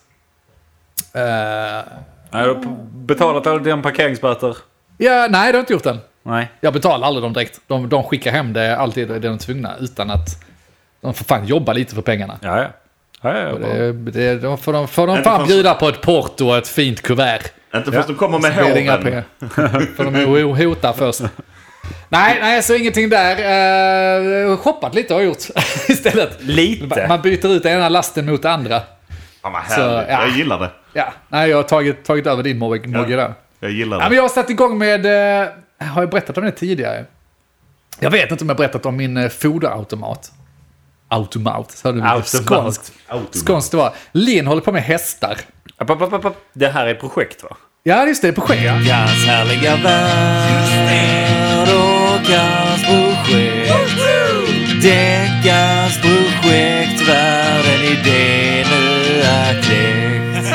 Har du betalat alla dina parkeringsböter? Ja, nej, det har jag inte gjort än. Nej. Jag betalar aldrig dem direkt. De skickar hem det alltid det de är tvungna utan att de får fan jobba lite för pengarna. Ja. De får de fan bjuda på ett porto och ett fint kuvert. Inte först de kommer med håven. För de hotar först. Nej, så ingenting där. Shoppat lite har jag gjort istället. Lite? Man byter ut ena lasten mot andra. Fan vad härligt. Så, ja. Jag gillar det. Ja, nej, jag har tagit över din Mogge där. Jag gillar det. Ja, men jag har satt igång med... har jag berättat om det tidigare? Jag vet inte om jag har berättat om min foderautomat. Automat. Hörde du? Skånskt det var. Linn håller på med hästar. Det här är ett projekt, va? Ja, just det. Är projekt. Veckans härliga värld och Veckans projekt. Veckans projekt. Världen idé nu är kläckt.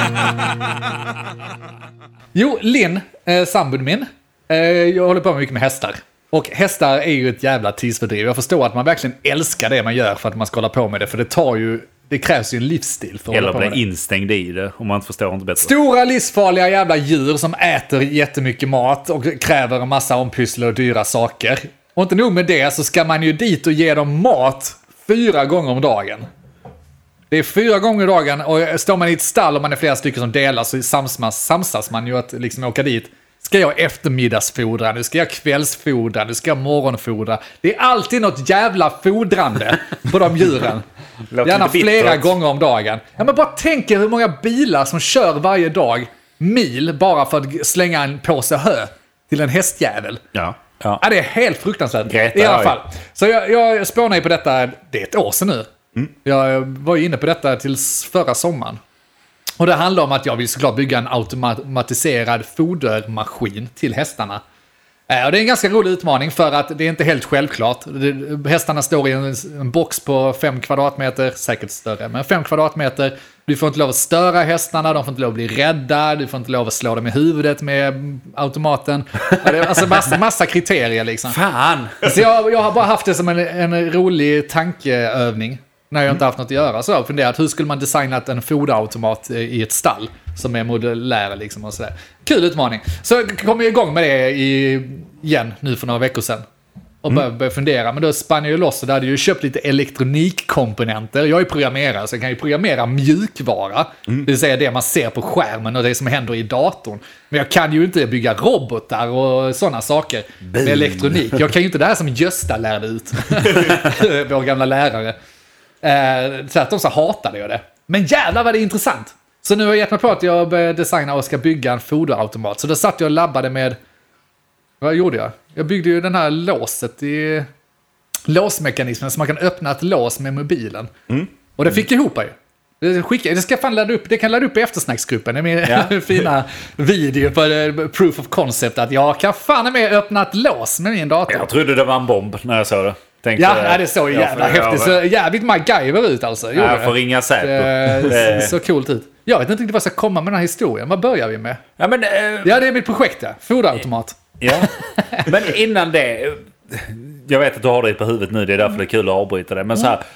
Jo, Linn, sambon min. Jag håller på mycket med hästar. Och hästar är ju ett jävla tidsfördriv. Jag förstår att man verkligen älskar det man gör för att man ska hålla på med det. För det krävs ju en livsstil för att hålla på med det. Eller bli instängd i det, om man inte förstår inte bättre. Stora livsfarliga jävla djur som äter jättemycket mat och kräver en massa ompusslar och dyra saker. Och inte nog med det så ska man ju dit och ge dem mat 4 gånger om dagen. Det är 4 gånger om dagen och står man i ett stall och man är flera stycken som delar så samsas man ju att liksom åka dit. Ska jag eftermiddagsfodra, nu ska jag kvällsfodra, nu ska jag morgonfodra. Det är alltid något jävla fodrande på de djuren. Gärna flera gånger om dagen. Ja, men bara tänk er hur många bilar som kör varje dag mil bara för att slänga en påse hö till en hästjävel. Ja. Ja, det är helt fruktansvärt. Greta, i alla fall. Så jag spånade på detta, det är ett år sedan nu. Jag var inne på detta tills förra sommaren. Och det handlar om att jag vill såklart bygga en automatiserad fodermaskin till hästarna. Och det är en ganska rolig utmaning för att det är inte helt självklart. Hästarna står i en box på 5 kvadratmeter, säkert större, men 5 kvadratmeter. Du får inte lov att störa hästarna, de får inte lov att bli rädda, du får inte lov att slå dem i huvudet med automaten. Alltså massa kriterier liksom. Fan! Så jag har bara haft det som en rolig tankeövning. När jag inte haft något att göra så har jag funderat, hur skulle man designat en foderautomat i ett stall som är modulär liksom och sådär. Kul utmaning. Så kom jag igång med det igen nu för några veckor sedan. Och började fundera, men då spann jag ju loss och där hade jag ju köpt lite elektronikkomponenter. Jag är programmerare så jag kan ju programmera mjukvara. Det vill säga det man ser på skärmen och det som händer i datorn. Men jag kan ju inte bygga robotar och sådana saker med elektronik. Jag kan ju inte det här som Gösta lärde ut. Vår gamla lärare. Tvärtom så hatade jag det. Men jävlar vad det är intressant. Så nu har jag gett mig på att jag börjar designa och ska bygga en foderautomat. Så då satt jag och labbade med... Vad gjorde jag? Jag byggde ju den här låset i... Låsmekanismen så man kan öppna ett lås med mobilen. Och det fick jag ihop ju. Det ska fan ladda upp. Det kan ladda upp i eftersnacksgruppen. Det är min fina video på proof of concept att jag kan fan med öppna ett lås med min dator. Jag trodde det var en bomb när jag såg det. Ja, det såg jävla häftigt. Så jävligt MacGyver ut alltså. Jag får ringa Säpo. Så coolt ut. Jag vet inte riktigt vad jag ska komma med den här historien. Vad börjar vi med? Ja, men, ja, det är mitt projekt. Foderautomat. Ja, men innan det... Jag vet att du har det på huvudet nu, det är därför det är kul att avbryta det. Men så här,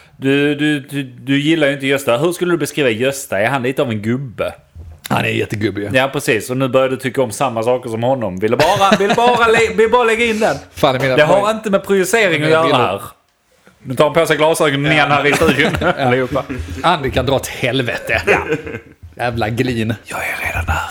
du gillar ju inte Gösta. Hur skulle du beskriva Gösta? Är han lite av en gubbe? Han är jättegubbig. Ja, precis. Och nu börjar du tycka om samma saker som honom. Vill bara lägga in den. Fan, det har inte med projicering att göra här. Nu tar han på sig glasögonen igen här i studion. Allihopa. Andy kan dra åt helvete. Ja. Jävla glin. Jag är redan där.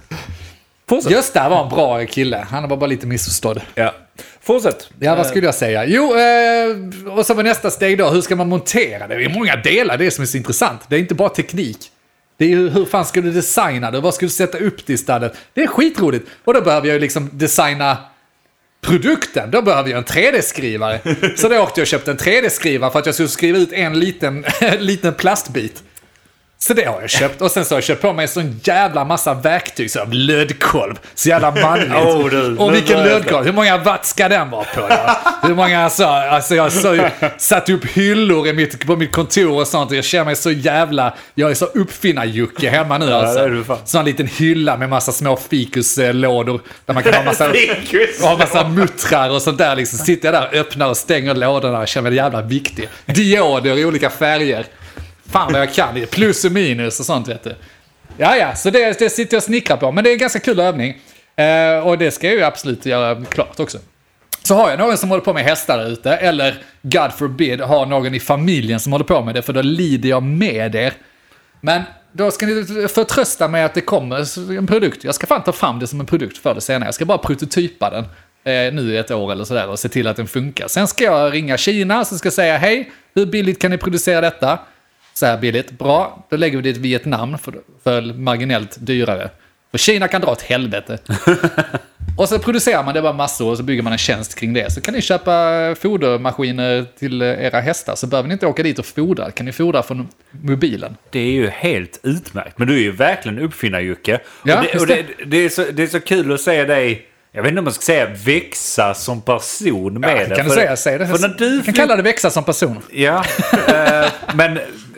Gösta var en bra kille. Han var bara lite missförstådd. Ja. Fortsätt. Ja, vad skulle jag säga? Jo, och så var nästa steg då. Hur ska man montera det? Det är många delar, det är som är så intressant. Det är inte bara teknik. Det är ju hur fan ska du designa det? Vad ska du sätta upp det istället? Det är skitroligt. Och då behöver jag ju liksom designa produkten. Då behöver jag en 3D-skrivare. Så då åkte jag och köpte en 3D-skrivare för att jag skulle skriva ut en liten plastbit. Så det har jag köpt. Och sen så har jag köpt på mig en sån jävla massa verktyg. Så lödkolv. Så jävla manligt. Och vilken lödkolv. Hur många watt ska den vara på? Ja? Hur många alltså jag satt upp hyllor på mitt kontor och sånt. Och jag känner mig så jävla... Jag är så uppfinnar-Jocke hemma nu alltså. Så en liten hylla med massa små fikuslådor. Där man kan ha massa muttrar och sånt där. Liksom. Sitter jag där, öppnar och stänger lådorna. Jag känner mig jävla viktig. Dioder i olika färger. Fan vad jag kan. Plus och minus och sånt, vet du. Ja, så det sitter jag och snickrar på. Men det är en ganska kul övning. Och det ska jag ju absolut göra klart också. Så har jag någon som håller på med hästar där ute. Eller, God forbid, har någon i familjen som håller på med det. För då lider jag med er. Men då ska ni förtrösta mig att det kommer en produkt. Jag ska fan ta fram det som en produkt för det senare. Jag ska bara prototypa den nu i ett år eller sådär. Och se till att den funkar. Sen ska jag ringa Kina. Så ska jag säga, hej, hur billigt kan ni producera detta? Så här billigt, bra, då lägger vi det i Vietnam för marginellt dyrare. För Kina kan dra åt helvete. Och så producerar man det bara massor och så bygger man en tjänst kring det. Så kan ni köpa fodermaskiner till era hästar. Så behöver ni inte åka dit och fodra. Kan ni fodra från mobilen? Det är ju helt utmärkt. Men du är ju verkligen uppfinnar-Jocke. Ja, och det är så kul att se dig... Jag vet inte om man ska säga växa som person med det. Kan du säga det? För när du kan kalla det växa som person. Ja, men...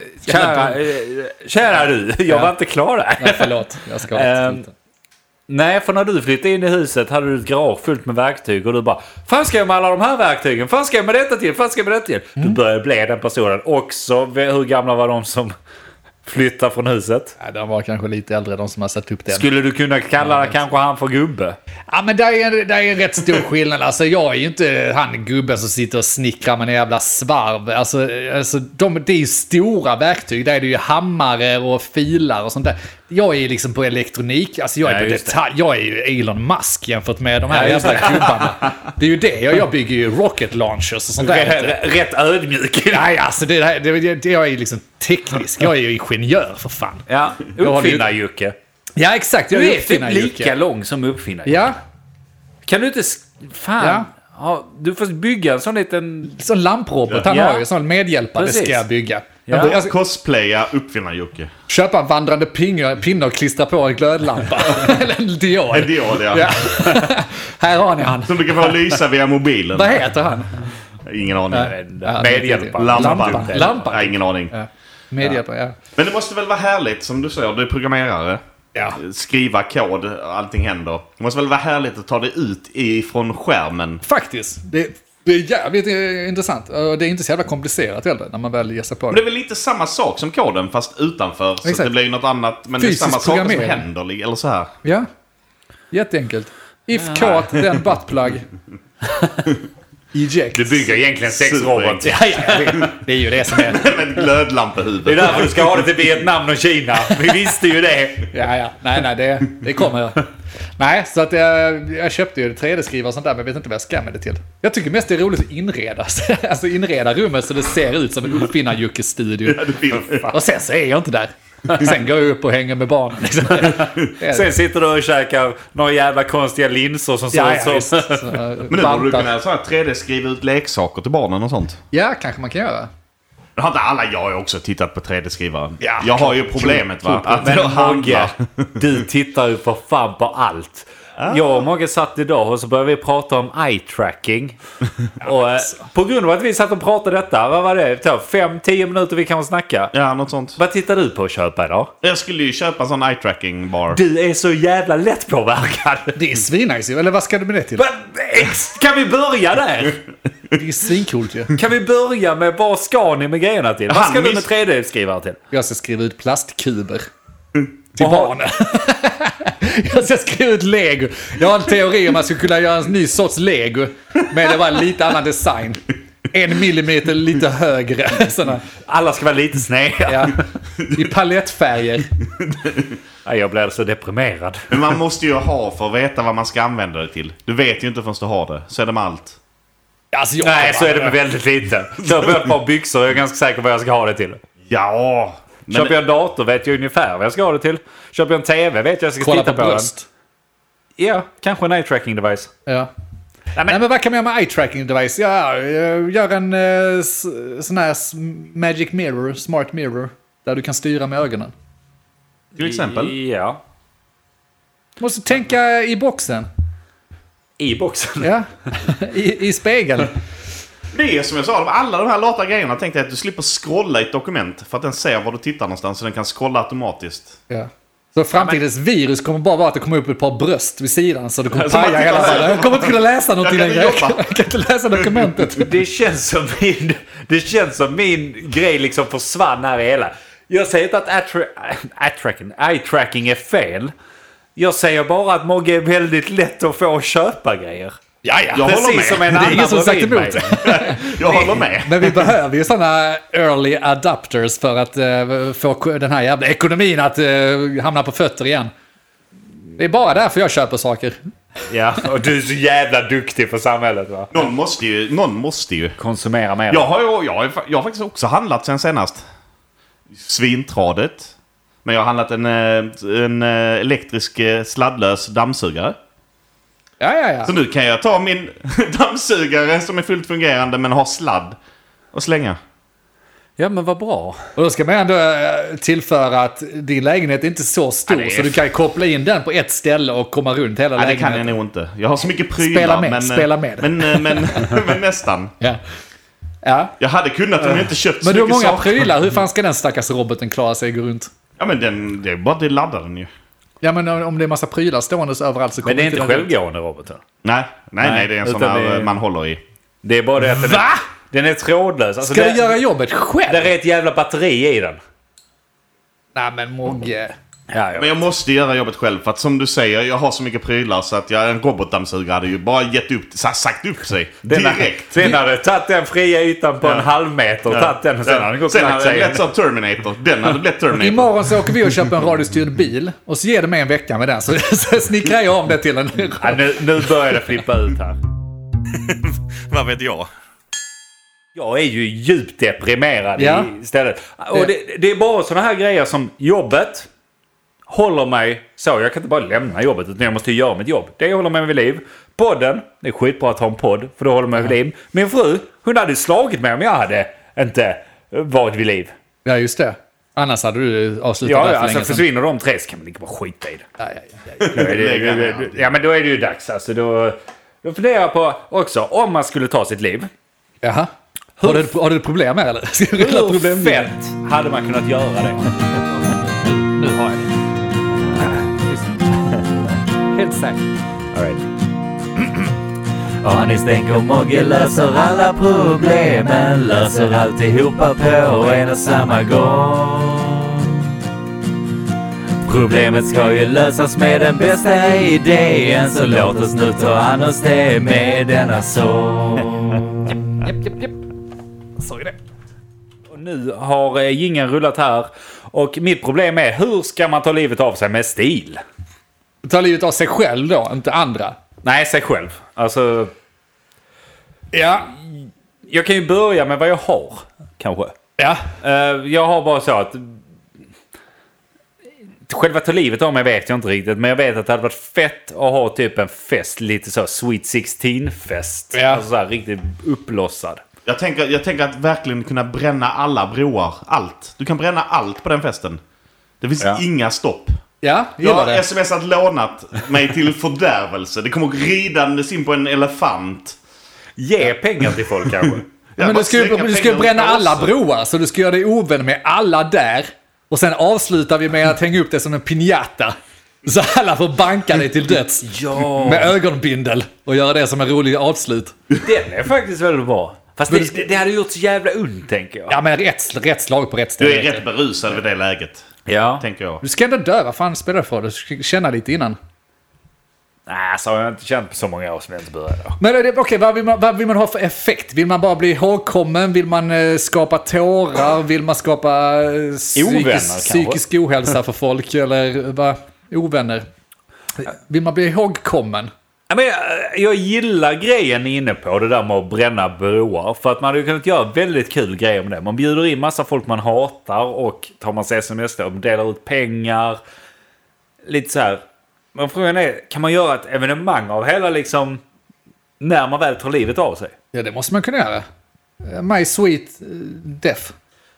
Kära du, jag var inte klar där. Nej, förlåt. Jag ska nej, för när du flyttade in i huset hade du ett garage fullt med verktyg och du bara, fan ska jag med alla de här verktygen? Fan ska jag med detta till? Fan ska jag med detta till? Du började bli den personen också. Hur gamla var de som flyttar från huset? Ja, de var kanske lite äldre, de som har satt upp den. Skulle du kunna kalla kanske han för gubbe? Ja, men det är en rätt stor skillnad. Alltså, jag är ju inte han gubben som sitter och snickrar med en jävla svarv. Alltså det är ju stora verktyg. Där är det ju hammare och filar och sånt där. Jag är liksom på elektronik. Alltså, jag är på detalj. Jag är ju Elon Musk jämfört med de här jävla gubbarna. Det är ju det. Jag bygger ju rocket launchers och sånt där. Rätt ödmjuk. Nej, alltså jag är ju liksom teknisk. Jag är ju ingenjör för fan. Ja, uppfinnar-Jocke. Ja, exakt. Jag är typ lika lång som uppfinnare. Ja. Kan du inte... Fan. Ja. Ja, du får bygga en sån liten... Sån lamprobot. Han har ju sån medhjälpare. Precis. Det ska jag bygga. Ja. Jag ska cosplaya uppfinnar-Jocke. Köpa en vandrande pinnar och klistra på en glödlampa. Eller en diod. En diod, ja. Här har ni han. Som du kan få lysa via mobilen. Vad heter han? Ingen aning. Medhjälpare. Lampa. Nej, ingen aning. Ja. Medhjälpare, ja. Men det måste väl vara härligt, som du säger, du är programmerare. Ja. Skriva kod, allting händer. Det måste väl vara härligt att ta det ut ifrån skärmen. Faktiskt. Det är jävligt intressant. Och det är inte så jävla komplicerat heller när man väl ger sig på det. Men det är väl lite samma sak som koden, fast utanför. Exakt. Så det blir ju något annat. Men fysisk det är samma saker som programmering. händer, eller så här. Ja. Jätteenkelt. If caught, then buttplug. Eject. Du bygger egentligen sexrobot. Ja, det är ju det som är... Med ett glödlampehuvud. Det är därför du ska ha det till Vietnam och Kina. Vi visste ju det. Ja. Nej, det kommer jag. Nej, så att jag köpte ju 3D-skrivare och sånt där, men jag vet inte vad jag ska med det till. Jag tycker mest det är roligt att inreda. Alltså inreda rummet så det ser ut som en uppfinnar-Jocke-studio. Och sen så är jag inte där. Sen går jag upp och hänger med barnen. Liksom. Sen sitter du och käkar några jävla konstiga linser som så. Men nu borde du kunna 3D-skriva ut leksaker till barnen och sånt. Ja, kanske man kan göra. Det har inte alla, jag har också tittat på 3D-skrivaren. Ja, jag har ju problemet va. Att Men det Mogge, du tittar ju för fan på allt. Jag och Mogge satt idag och så började vi prata om eye-tracking. Och på grund av att vi satt och pratade detta, vad var det? 5-10 minuter vi kan snacka. Ja, något sånt. Vad tittar du på att köpa idag? Jag skulle ju köpa en sån eye-tracking bar. Du är så jävla lättpåverkad. Det är svinnice ju, eller vad ska du med det till? Kan vi börja där? Det är svincoolt ju. Kan vi börja med vad ska ni med grejerna till? Vad ska du med 3D-skrivare till? Jag ska skriva ut plastkuber. Till barnen. Jag ska skriva ut Lego. Jag har en teori om att man skulle kunna göra en ny sorts Lego. Men det var lite annan design. 1 millimeter lite högre. Såna. Alla ska vara lite sneda. Ja. I palettfärger. Jag blir så deprimerad. Men man måste ju ha för att veta vad man ska använda det till. Du vet ju inte förrän du har det. Så är det med allt. Alltså, nej, så är det med väldigt lite. Köper jag ett par byxor jag är ganska säker på vad jag ska ha det till. Ja. Köper jag en dator vet jag ungefär vad jag ska ha det till. Köper jag en TV vet jag ska kolla titta på den. Bröst. Ja, kanske en eye-tracking device. Ja. Nej, men vad kan man göra med eye-tracking device? Ja, gör en sån här magic mirror, smart mirror. där du kan styra med ögonen. Till exempel. Ja. Måste tänka i boxen. I boxen. Ja, i spegeln. Det är som jag sa, alla de här lata grejerna tänkte jag att du slipper scrolla i ett dokument för att den ser var du tittar någonstans så den kan scrolla automatiskt. Ja. Så framtidens virus kommer bara vara att det kommer upp ett par bröst vid sidan så du kommer Så man paja tittar hela så här. tiden. Jag kommer inte kunna läsa någonting Jag kan längre. inte jobba. Jag kan inte läsa dokumentet. Det känns som min grej liksom försvann här i hela. Jag säger inte att eye-tracking är fel. Jag säger bara att Mogge är väldigt lätt att få köpa grejer. Ja, jag håller med. Precis som en Det är annan ingen som sagt bredvid emot. mig. Jag håller med. Men vi behöver ju sådana early adapters för att få den här jävla ekonomin att hamna på fötter igen. Det är bara därför jag köper saker. Ja, och du är så jävla duktig för samhället, va? Någon måste ju. Konsumera mer. Jag har faktiskt också handlat sen senast. Svintradet. Men jag har handlat en elektrisk sladdlös dammsugare. Ja. Så nu kan jag ta min dammsugare som är fullt fungerande men har sladd och slänga. Ja, men vad bra. Och då ska man ändå tillföra att din lägenhet är inte så stor Ja, så du kan koppla in den på ett ställe och komma runt hela Nej, det lägenheten. kan jag nog inte. Jag har så mycket prylar. Spela med. Men nästan. Ja. Jag hade kunnat om jag inte köpt så Men du har mycket många saker. prylar. Hur fan ska den stackars roboten klara sig och gå runt? Ja, men det är bara att det laddar den ju. Ja, men om det är massa prylar stående så överallt så kommer Men det är inte den ut. självgående roboten. Nej, det är en sån utan här det är- man håller i. Det är bara det att den är trådlös. Alltså Ska det, du göra jobbet själv? det är ett jävla batteri i den. Nej, men Mogge. Ja, Men jag måste göra jobbet själv för att som du säger, jag har så mycket prylar så att en robotdammsugare hade ju bara sagt upp sig direkt. Sen hade du tagit den fria ytan på en halv meter och tagit den och sen hade den gått Sen och hade lagt det sig. blivit som Terminator. Den hade blivit Terminator. Imorgon så åker vi och köper en radiostyrd bil och så ger det mig en vecka med den så snickrar jag om det till en... Ja, nu börjar det flippa ut här. Vad vet jag? Jag är ju djupt deprimerad Ja. istället. Och det är bara sådana här grejer som jobbet håller mig så. Jag kan inte bara lämna jobbet utan jag måste göra mitt jobb. Det håller mig vid liv. Podden, det är skitbra att ha en podd för då håller mig vid liv. Min fru, hon hade slagit mig om jag hade inte varit vid liv. Ja, just det. Annars hade du avslutat Ja, där för alltså länge sedan. försvinner de tre så kan man lika bara skita i det. Ja. Då är det ja, men då är det ju dags. Alltså, då funderar jag på också om man skulle ta sitt liv. Jaha. Har du ett problem med eller? Ska du rulla Hur problem? fett hade man kunnat göra det? Nu har jag det. Helt säkert. All right. Anis tänker Mogge löser alla problemen, löser alltihopa på en och samma gång. Problemet ska ju lösas med den bästa idén, så låt oss nu ta an oss det med denna sång. Japp. Så är det. Och nu har jingeln rullat här. Och mitt problem är, hur ska man ta livet av sig med stil? Ta livet av sig själv då, inte andra. Nej, sig själv. Alltså, Ja. jag kan ju börja med vad jag har, kanske. Ja. Jag har bara så att... Själva ta livet av mig vet jag inte riktigt. Men jag vet att det hade varit fett att ha typ en fest. Lite så Sweet 16-fest. Ja. Alltså så här riktigt upplossad. Jag tänker att verkligen kunna bränna alla broar. Allt. Du kan bränna allt på den festen. Det finns inga stopp. Ja, Jag gillar har det. smsat lånat mig till fördärvelse. Det kommer ridandes in på en elefant. Ge pengar till folk kanske. Men bara du ska ju slänga bränna pengar alla också. broar, så du ska göra dig ovän med alla där. Och sen avslutar vi med att hänga upp det som en piñata. Så alla får banka dig till döds. Ja. Med ögonbindel. Och göra det som en rolig avslut. Den är faktiskt väldigt bra. Fast det hade gjort så jävla ont, tänker jag. Ja, men rätt slag på rätt Du ställe. är rätt berusad vid det läget. Ja. Tänker jag. Du ska ändå dö, vad fan spelar det för? Du ska känna lite innan. Nej, så har jag inte känt på så många år som jag inte började då. Men okej, vad vill man ha för effekt? Vill man bara bli ihågkommen? Vill man skapa tårar? Vill man skapa psykisk ohälsa för folk? Eller vad? Ovänner? Vill man bli ihågkommen? Ja, men jag gillar grejen ni är inne på, det där med att bränna broar. För att man hade kunnat göra väldigt kul grejer med det. Man bjuder in massa folk man hatar och tar man sig sms och delar ut pengar. Lite så här. Men frågan är, kan man göra ett evenemang av hela liksom när man väl tar livet av sig? Ja, det måste man kunna göra. My Sweet Death.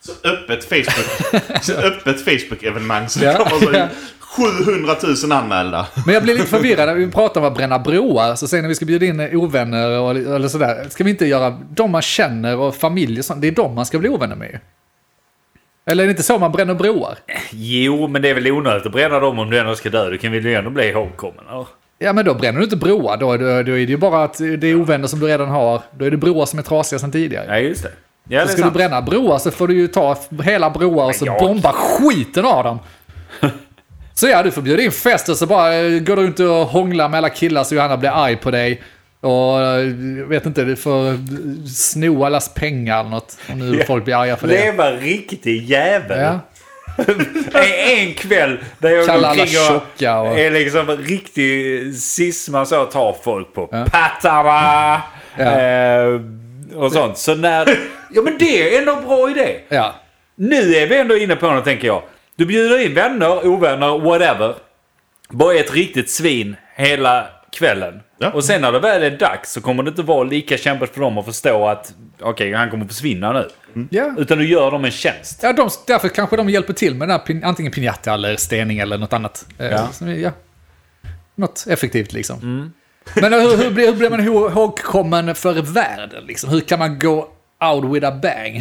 Så öppet Facebook-evenemang. Så det kommer så 700 000 anmälda. Men jag blir lite förvirrad när vi pratar om att bränna broar. Så sen när vi ska bjuda in ovänner eller sådär. Ska vi inte göra de man känner och familj och sånt? Det är de man ska bli ovänner med. Eller är det inte så man bränner broar? Jo, men det är väl onödigt att bränna dem om du ändå ska dö. Du kan väl ändå bli ihågkommen, eller? Ja, men då bränner du inte broar. Då är det ju bara att det är ovänner som du redan har. Då är det broar som är trasiga sedan tidigare. Ja, just det. Ja, så ska du bränna broar så får du ju ta hela broar och så bomba skiten av dem. Så ja, du får bjuda in fest och så bara går du runt och hånglar med alla killar så Johanna blir arg på dig. Och vet inte, du får sno allas pengar eller något. Och nu folk blir arga för det. Leva riktigt jävel. Ja. En kväll där jag kallar alla omkring tjocka och är liksom riktig sisma så att ta folk på pattarna och sånt. Så när... Ja, men det är ändå en bra idé. Ja. Nu är vi ändå inne på något, tänker jag. Du bjuder in vänner, ovänner, whatever. Bara ett riktigt svin hela kvällen. Ja. Och sen när det väl är dags så kommer det inte vara lika kämpigt för dem att förstå att okej, han kommer försvinna nu. Ja. Utan du gör dem en tjänst. Ja, därför kanske de hjälper till med den här, antingen piñata eller stening eller något annat. Något effektivt liksom. Men hur blir man ihågkommen för världen? Liksom? Hur kan man gå out with a bang?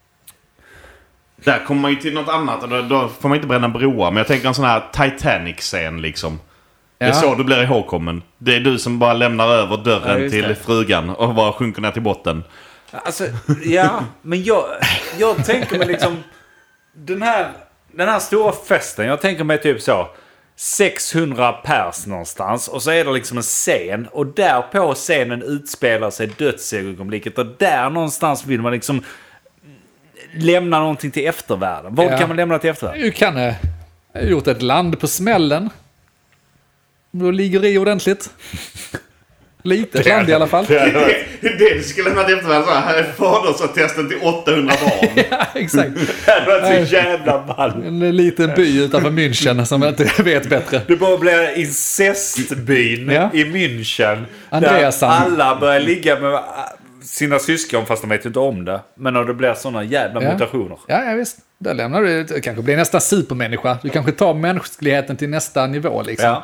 Där kommer man ju till något annat. Och då får man inte bränna broar. Men jag tänker en sån här Titanic-scen liksom. Det är så du blir ihågkommen. Det är du som bara lämnar över dörren till frugan och bara sjunker ner till botten. Alltså, ja, men jag tänker mig liksom den här stora festen, jag tänker mig typ så 600 pers någonstans och så är det liksom en scen och där på scenen utspelar sig dödsögonblicket och där någonstans vill man liksom lämna någonting till eftervärlden. Vad kan man lämna till eftervärlden? Du kan ha gjort ett land på smällen. Då ligger i ordentligt. Lite land i alla fall. Det du skulle lämna efter mig så här är fadersattesten till 800 barn. Ja, exakt. Det var så jävla ball. En liten by utanför München som jag inte vet bättre. Det bara blir incestbyn i München. Andreas. Där alla börjar ligga med sina syskon fast de vet inte om det. Men när det blir sådana jävla mutationer. Ja, visst. Där lämnar du kanske blir nästa supermänniska. Du kanske tar mänskligheten till nästa nivå liksom. Ja.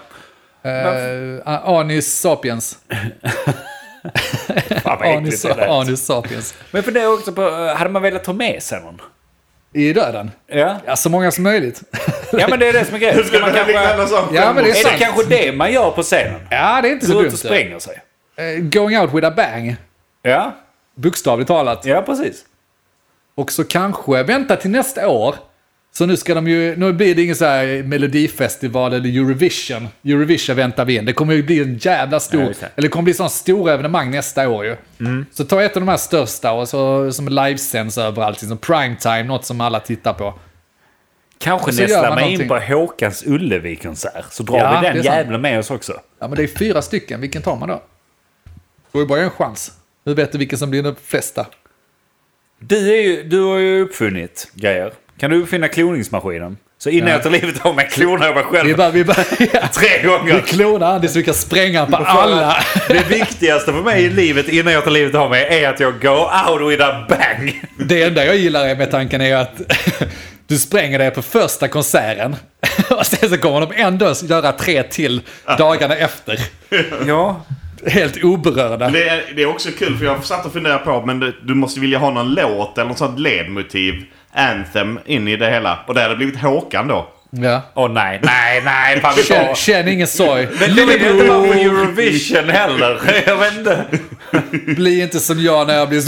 Anis sapiens. Anis sapiens. Men för det också på, hade man velat ta med sig någon? I döden? Ja, så många som möjligt. Ja, men det är det som är grejen. Ska man kanske, men det är kanske det man gör på scenen? Ja, det är inte så dumt. Och spränger sig. Going out with a bang. Ja. Bokstavligt talat. Ja, precis. Och så kanske vänta till nästa år. Så nu ska de ju, nu blir det ingen så här Melodifestival eller Eurovision. Eurovision väntar vi in. Det kommer ju bli en jävla stor, eller det kommer bli sån stora evenemang nästa år ju. Så ta ett av de här största och så som livesänds överallt, som primetime, något som alla tittar på. Kanske nästan mig in på Håkans Ullevi-konsert. Så drar vi den jävla med oss också. Ja, men det är 4 stycken. Vilken tar man då? Det är bara en chans. Hur vet du vilken som blir den flesta? Du har ju uppfunnit grejer. Kan du uppfinna kloningsmaskinen? Så innan jag tar livet av mig klonar jag mig själv. Vi bara 3 gånger. Vi klonar Andis så vi kan spränga på alla. Det viktigaste för mig i livet innan jag tar livet av mig är att jag går out with a bang. Det enda jag gillar med tanken är att du spränger det på första konserten. Och sen så kommer de ändå göra 3 till dagarna efter. Ja. Helt oberörda. Det är också kul för jag satt och funderade på, men du måste vilja ha någon låt eller något sånt ledmotiv, anthem in i det hela. Och där hade det blivit Håkan då. Ja. Nej. Känn ingen sorg. Men det vill jag inte vara på Eurovision heller. Jag vet inte. Bli inte som jag när jag blir så...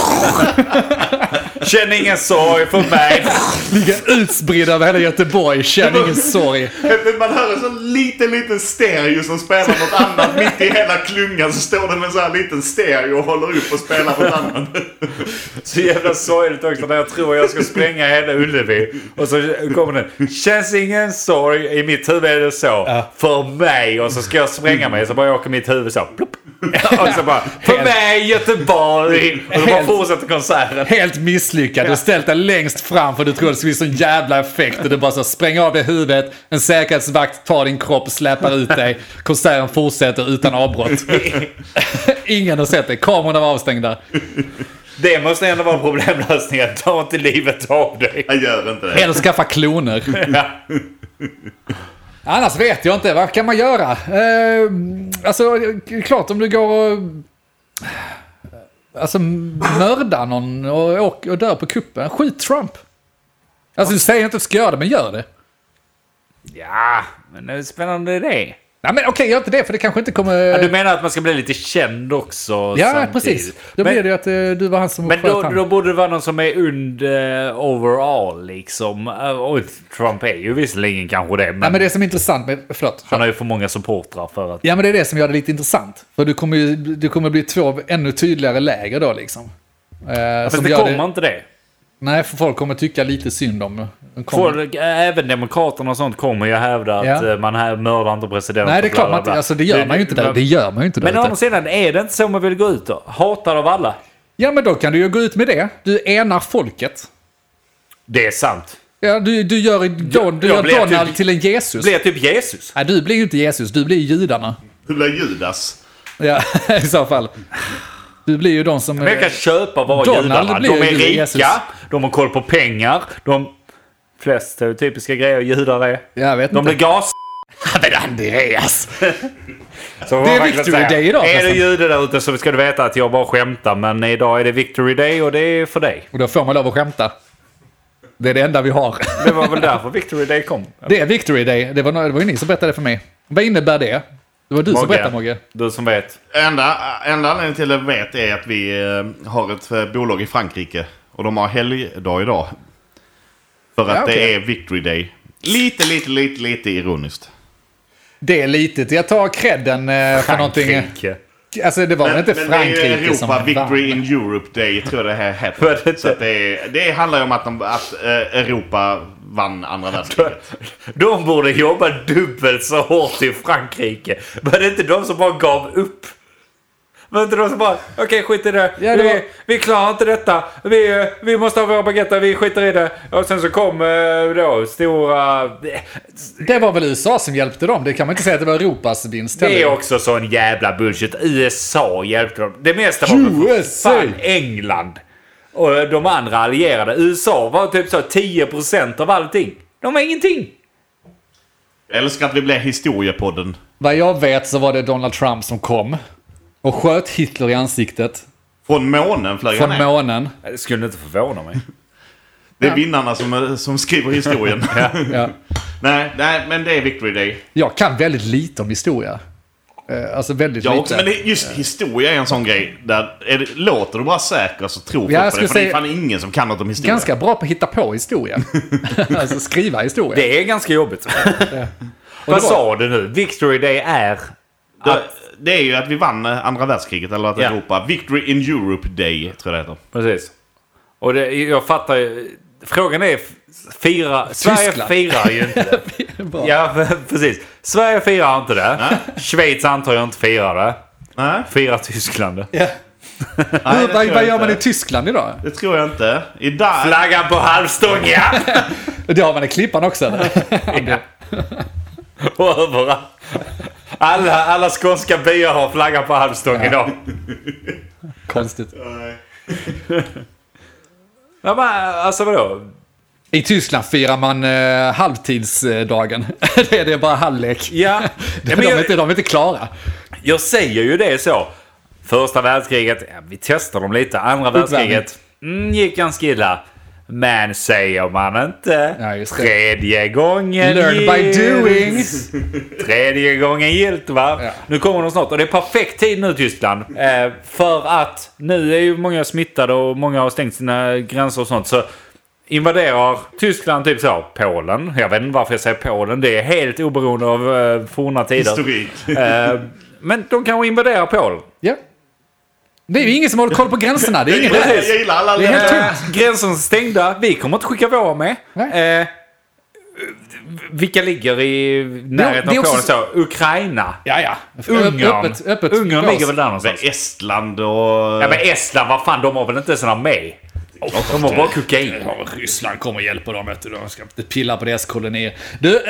Känn ingen sorg för mig. Ligga utspridd över hela Göteborg. Känn ingen sorg. Man hör en sån liten stereo som spelar något annat mitt i hela klungan. Så står det med en sån här liten stereo och håller upp och spelar något annat. Så jävla sorgligt också när jag tror jag ska spränga hela Ullevi. Och så kommer den. Känns ingen sorg. I mitt huvud är det så. För mig. Och så ska jag spränga mig. Så bara åker mitt huvud så. Plupp. Och så bara. För mig Göteborg. Och så bara fortsätter konserten. Helt misslyckad. Du har ställt dig längst fram för du tror det ska bli sån jävla effekt. Och du bara så spränger av det huvudet. En säkerhetsvakt tar din kropp och släpar ut dig. Konserten fortsätter utan avbrott. Ingen har sett det. Kamerorna var avstängda. Det måste ändå vara problemlösningen. Ta inte livet av dig. Jag gör inte det. Eller skaffa kloner. Ja. Annars vet jag inte. Vad kan man göra? Alltså, klart om du går och... Alltså, mördar någon och dör på kuppen. Skjut Trump. Alltså, du säger inte att du ska göra det, men gör det. Ja, men det är spännande idé. Nej, men okej, gör inte det, för det kanske inte kommer... Ja, du menar att man ska bli lite känd också? Ja, samtidigt. Precis. Då men, blir det ju att du var han som men sköt han. då borde det vara någon som är overall, liksom. Och Trump är ju visserligen kanske det, men, Nej, men det som är intressant med... Förlåt. han har ju för många supportrar för att... Ja, men det är det som gör det lite intressant. För du kommer bli två ännu tydligare läger då, liksom. Fast det kommer inte det. Nej, för folk kommer tycka lite synd om Även demokraterna och sånt kommer ju hävda att man här mördar inte presidenten. Nej, det är klart man inte. Alltså, det gör man ju inte där. Det gör man ju inte där. Men å andra sidan, är det inte så man vill gå ut då? Hatad av alla. Ja, men då kan du ju gå ut med det. Du enar folket. Det är sant. Ja, du gör Donald till en Jesus. Blir typ Jesus. Nej, du blir ju inte Jesus. Du blir judarna. Du blir Judas. Ja, i så fall. Du blir ju de som... Men jag kan köpa vad Donald judarna. blir De är ju rika, Jesus. de har koll på pengar, de flesta typiska grejer judar är. Jag vet De inte. blir gas. Men Andreas! Så Det är Victory Day idag, Är du förresten. jude där ute så ska du veta att jag bara skämtar. Men idag är det Victory Day och det är för dig. Och då får man lov att skämta. Det är det enda vi har. Det var väl därför Victory Day kom. Det är Victory Day. Det var ju ni som berättade för mig. Vad innebär det? Det var du som berättade, Mogge. Du som vet. Enda anledningen till att jag vet är att vi har ett bolag i Frankrike. Och de har helgdag idag. För att det är Victory Day. Lite ironiskt. Det är litet. Jag tar credden för någonting. Frankrike. Alltså det var väl inte Men Frankrike det är ju som Europa Victory vann. in Europe Day, tror jag det här heter. Så att det handlar ju om att Europa vann andra världskriget. De borde jobba dubbelt så hårt i Frankrike. Var det inte de som bara gav upp? Var det inte de som bara, okej, skit i det. Ja, vi klarar inte detta. Vi måste ha våra baguetter, vi skiter i det. Och sen så kom då stora... Det var väl USA som hjälpte dem. Det kan man inte säga att det var Europas vinst. Det är också sån jävla bullshit. USA hjälpte dem. Det mesta var USA. fan England. Och de andra allierade. USA var typ så 10% av allting. De har ingenting. Jag älskar att vi blir historiepodden. Vad jag vet så var det Donald Trump som kom. Och sköt Hitler i ansiktet. Från månen flög han Från ner. månen. Det skulle inte förvåna mig. Det är vinnarna som skriver historien. Ja. nej, men det är Victory Day. Jag kan väldigt lite om historia. Alltså väldigt Jag lite. också, men just historia är en sån grej. Där låter du bara säker så tror folk jag på det. skulle För det är säga- fan ingen som kan något om historia. Ganska bra på att hitta på historia. Alltså skriva historia. Det är ganska jobbigt. Och Vad det var- sa du nu? Victory Day är... Det är ju att vi vann andra världskriget. Eller att Ja. Europa. Victory in Europe Day, tror jag det heter. Precis. Och jag fattar ju... Frågan är... Sverige Tyskland. firar ju inte. Bra. Ja, precis. Sverige firar inte det. Schweiz antar jag inte firar det. Nej, Firar Tyskland. Ja. nej, Vad gör man i Tyskland idag? Det tror jag inte. Idag... Flaggan på halvstång, ja! Det har man i Klippan också, eller? Och överallt. Alla skånska byar har flaggan på halvstång idag. Konstigt. Ja, men, alltså vadå? I Tyskland firar man halvtidsdagen. Det är bara halvlek. Ja, De men är inte klara. jag säger ju det så. Första världskriget, vi testar dem lite. Andra världskriget gick ganska illa. Men säger man inte. Ja, just det. Tredje gången Learn by doing. Tredje gången gilt, va? Ja. Nu kommer de snart. Och det är perfekt tid nu, Tyskland. För att nu är ju många smittade och många har stängt sina gränser och sånt. Så invaderar Tyskland typ så Polen. Jag vet inte varför jag säger Polen. Det är helt oberoende av forna tider. Historik. Men de kanske invaderar Polen. Ja. Det är ju ingen som håller koll på gränserna. Det är ingen Jag gillar alla Det är helt länder. tomt. Gränsen är stängda. Vi kommer inte skicka våra med. Nej. Vilka ligger i närheten det är av Polen? också Så, Ukraina. Ja. Ungern. Öppet Ungern glas. ligger väl där någonstans. Men Estland och... Ja, men Estland, vad fan, de har väl inte såna med? De har bara kokain. Ja, Ryssland kommer och hjälper dem. Vet du. De ska inte pilla på deras kolonier. Du...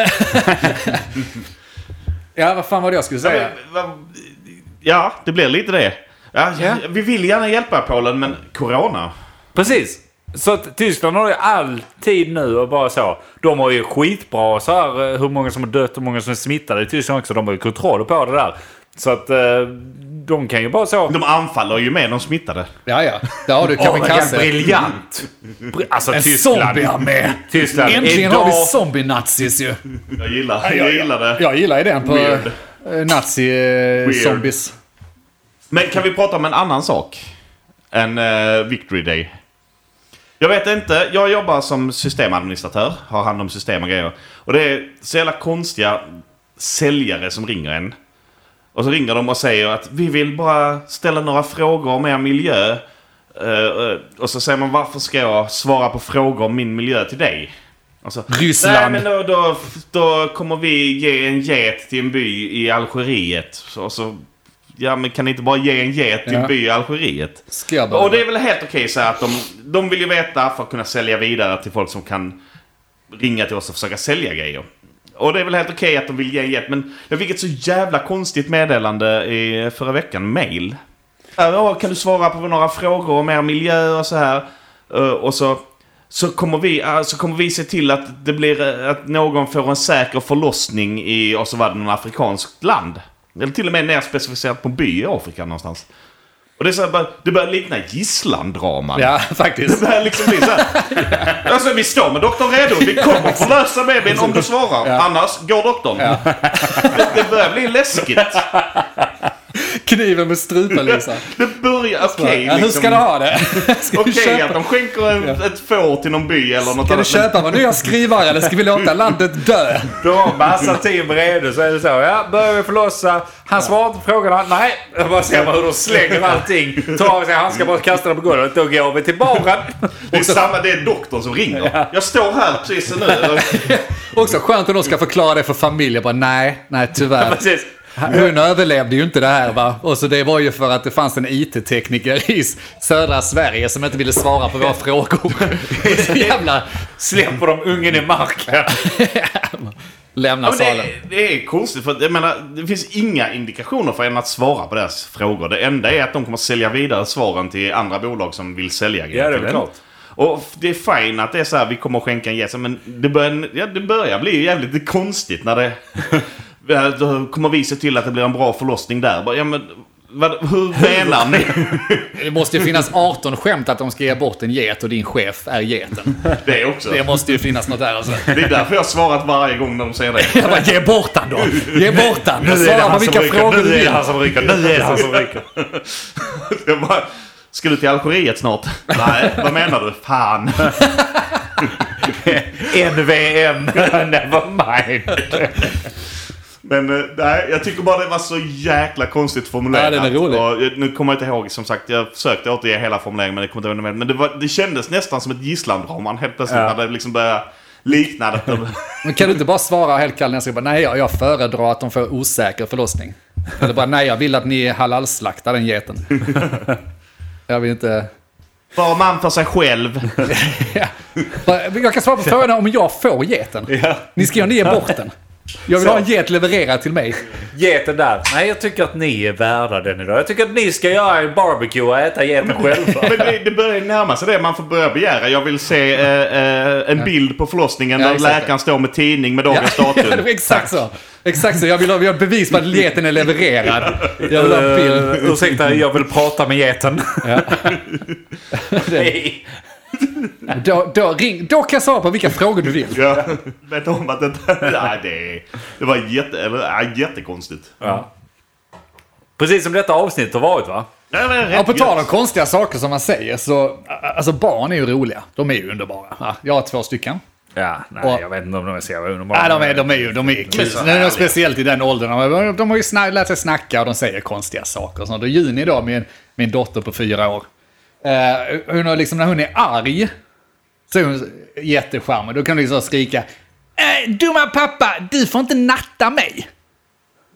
ja, vad fan var det jag skulle säga? Ja, det blir lite det. Ja, vi vill gärna hjälpa Polen, men corona. Precis. Så att Tyskland har ju all tid nu och bara så. De har ju skitbra så här, hur många som har dött och hur många som är smittade i Tyskland också. De har ju kontroll på det där. Så att de kan ju bara så... De anfaller ju med de smittade. Ja. Där har du kamikaze. Briljant. Alltså En Tyskland. zombie-armé. Tyskland. Äntligen har vi zombie-nazis ju. Jag gillar det. Jag gillar idén på Weird. nazi-zombies. Men kan vi prata om en annan sak än Victory Day? Jag vet inte, jag jobbar som systemadministratör, har hand om system och grejer. Och det är så jävla konstiga säljare som ringer en. Och så ringer de och säger att vi vill bara ställa några frågor om er miljö. Och så säger man, varför ska jag svara på frågor om min miljö till dig? Alltså, Ryssland. Nej, men då kommer vi ge en get till en by i Algeriet. Så ja, men kan ni inte bara ge en get till en by i Algeriet? Och det är väl helt okej så här att de vill ju veta för att kunna sälja vidare till folk som kan ringa till oss och försöka sälja grejer. Och det är väl helt okej att de vill ge en get. Men jag fick ett så jävla konstigt meddelande i förra veckan, mail. Kan du svara på några frågor om er miljö och så här? Och så kommer vi se till att det blir att någon får en säker förlossning i, och så var det någon afrikanskt land. Eller till och med ner specificerat på by i Afrika någonstans. Och det är så här, det börjar likna gisslandraman. Ja, faktiskt. Det börjar liksom bli så här. Alltså, vi står med doktorn redo. Vi kommer förlösa babyn om du svarar. Ja. Annars går doktorn. Ja. Det börjar bli läskigt. Kniven med strupen, Lisa. Det börjar, okej. Ja, hur ska du ha det? Okej, att de skänker ett får till någon by eller något. Ska du köpa vad nya skrivare eller ska vi låta landet dö? Då har massa team redo, så är det så. Ja, börjar vi förlossa. Han svarar på frågorna. Nej, jag bara ser hur de slänger allting. Tar sig, han ska bara kasta det på golvet. Då går vi till baren. Det är doktorn som ringer. Ja. Jag står här precis nu. Också skönt att de ska förklara det för familjen. Bara, nej, tyvärr. Precis. Hon överlevde ju inte det här, va? Och så det var ju för att det fanns en IT-tekniker i södra Sverige som inte ville svara på våra frågor. Så jävla... Släpper de ungen i marken. Lämna salen. Det är konstigt, för jag menar, det finns inga indikationer för en att svara på deras frågor. Det enda är att de kommer sälja vidare svaren till andra bolag som vill sälja grejer. Ja, det är klart. Och det är fint att det är så här, vi kommer att skänka en gäst, men det börjar bli jävligt konstigt när det... Då kommer vi se till att det blir en bra förlossning där. Ja, men hur menar ni? Det måste ju finnas 18 skämt att de ska ge bort en get och din chef är geten. Det också. Det måste ju finnas något där alltså. Det är därför jag har svarat varje gång när de säger det. Jag bara, ge bort han då. Ge bort han. Nu är det han som ryker. Nu är det han som ryker. Nu är det han som ryker. Jag bara, ska du till Algeriet snart? Nej, vad menar du? Fan. NVM. Never mind. Men nej, jag tycker bara det var så jäkla konstigt formulerat. Ja, det är roligt. Och nu kommer jag inte ihåg, som sagt, jag försökte återge hela formuleringen, men det kommer inte ihåg med. Men det kändes nästan som ett gisslandraman helt plötsligt när det liksom började likna det. Men kan du inte bara svara helt kallt när jag bara, nej, jag föredrar att de får osäker förlossning. Eller bara, nej, jag vill att ni halalslaktar den geten. Jag vill inte... Var man för sig själv. Ja. Jag kan svara på frågan om jag får geten. Ja. Ni ska ju ge bort den. Jag vill ha en get levererad till mig. Geten där. Nej, jag tycker att ni är värda den idag. Jag tycker att ni ska göra en barbecue och äta geten själva. Men det börjar närma sig det man får börja begära. Jag vill se en bild på förlossningen där läkaren står med tidning med dagens datum. Exakt så. Exakt så. Jag vill ha bevis på att geten är levererad. Jag vill ha en bild. Ursäkta, jag vill prata med geten. Ja. Nej. Då kan jag svara på vilka frågor du vill. Ja, vet om att det var jättekonstigt. Ja. Precis som detta avsnitt har varit, va? Ja, på tal om konstiga saker som man säger, så alltså barn är ju roliga. De är ju underbara. Ja, jag har 2 stycken. Ja, nej, jag vet inte om de är så underbara. Nej, de är kul. Speciellt i den åldern. De har ju lärt sig snacka och de säger konstiga saker. Så då Juni då, min dotter på 4 år. Hon har liksom, när hon är arg så är hon jättecharmig. Då kan du liksom skrika: dumma pappa, du får inte natta mig.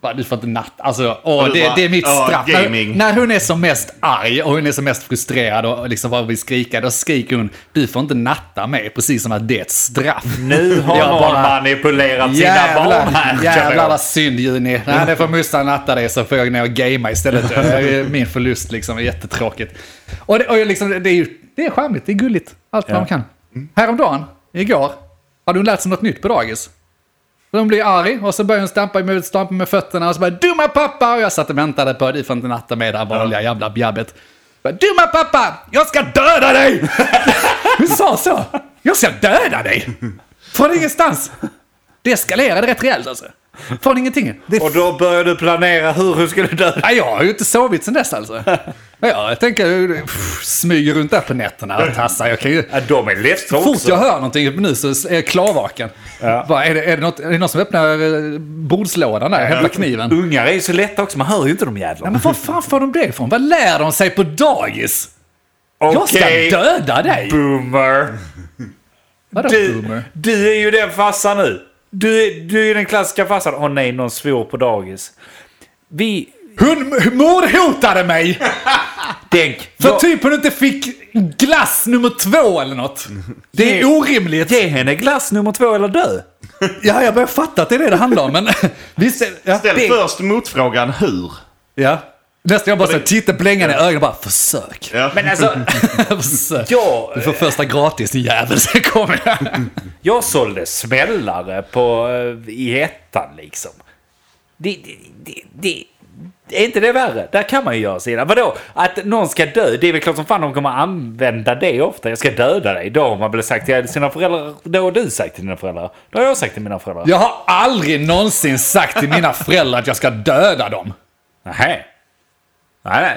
Du får inte natta. Alltså, det är mitt Ja, straff. gaming. När hon är som mest arg och hon är som mest frustrerad och liksom bara vill skrika, då skriker hon, du får inte natta mig, precis som att det är ett straff. Nu har Jag någon bara, manipulerat sina barn här. Jävlar vad synd, Juni. Nej, det får Musta natta dig, så får jag ner och gamea istället. Det är min förlust liksom, är jättetråkigt. Och liksom, det är charmigt, det är gulligt. Allt vad man kan. Häromdagen, igår, hade hon lärt sig något nytt på dagis. De blir arg och så börjar hon stampa med fötterna och så bara dumma pappa, och jag satt och väntade på du får inte natta med det här vanliga jävla bjabbet. Dumma pappa, jag ska döda dig! Hon sa så. Jag ska döda dig! Från ingenstans. Det eskalerade rätt rejält alltså. Från ingenting. Och då började du planera hur du skulle döda. Nej, jag har ju inte sovit sen dess alltså. Ja, jag tänker smyger runt där på nätterna och tassar. Jag kan ju... Ja, de är lätta också. Fort jag hör någonting nu så är jag klarvaken. Ja. Bara, är det någon som öppnar bordslådan där och hämtar kniven? Ungar är ju så lätta också, man hör ju inte de jävlarna. Ja, men vad fan får de det ifrån? Vad lär de sig på dagis? Jag ska Okej, döda dig! boomer. Vadå boomer? Du är ju den farsan nu. Du är ju den klassiska farsan. Åh nej, någon svor på dagis. Hon mordhotade mig! För typ hon inte fick glass nummer 2 eller något. Det är orimligt. Ge henne glass nummer 2 eller dö. Ja, jag börjar fatta att det är det handlar om. Men visst, Ställ först motfrågan hur. Ja. Nästan jag bara så titta blängan i ögonen och bara försök. Ja. Men alltså, Försök. jag, Du får första gratis, din jävel, så kommer jag. jag sålde smällare i ettan liksom. Det är inte det värre? Där kan man ju göra sina. Vadå? Att någon ska dö, det är väl klart som fan de kommer använda det ofta. Jag ska döda dig. Då har man väl sagt till sina föräldrar. Då har du sagt till dina föräldrar. Då har jag sagt till mina föräldrar. Jag har aldrig någonsin sagt till mina föräldrar att jag ska döda dem. Nej. Nej.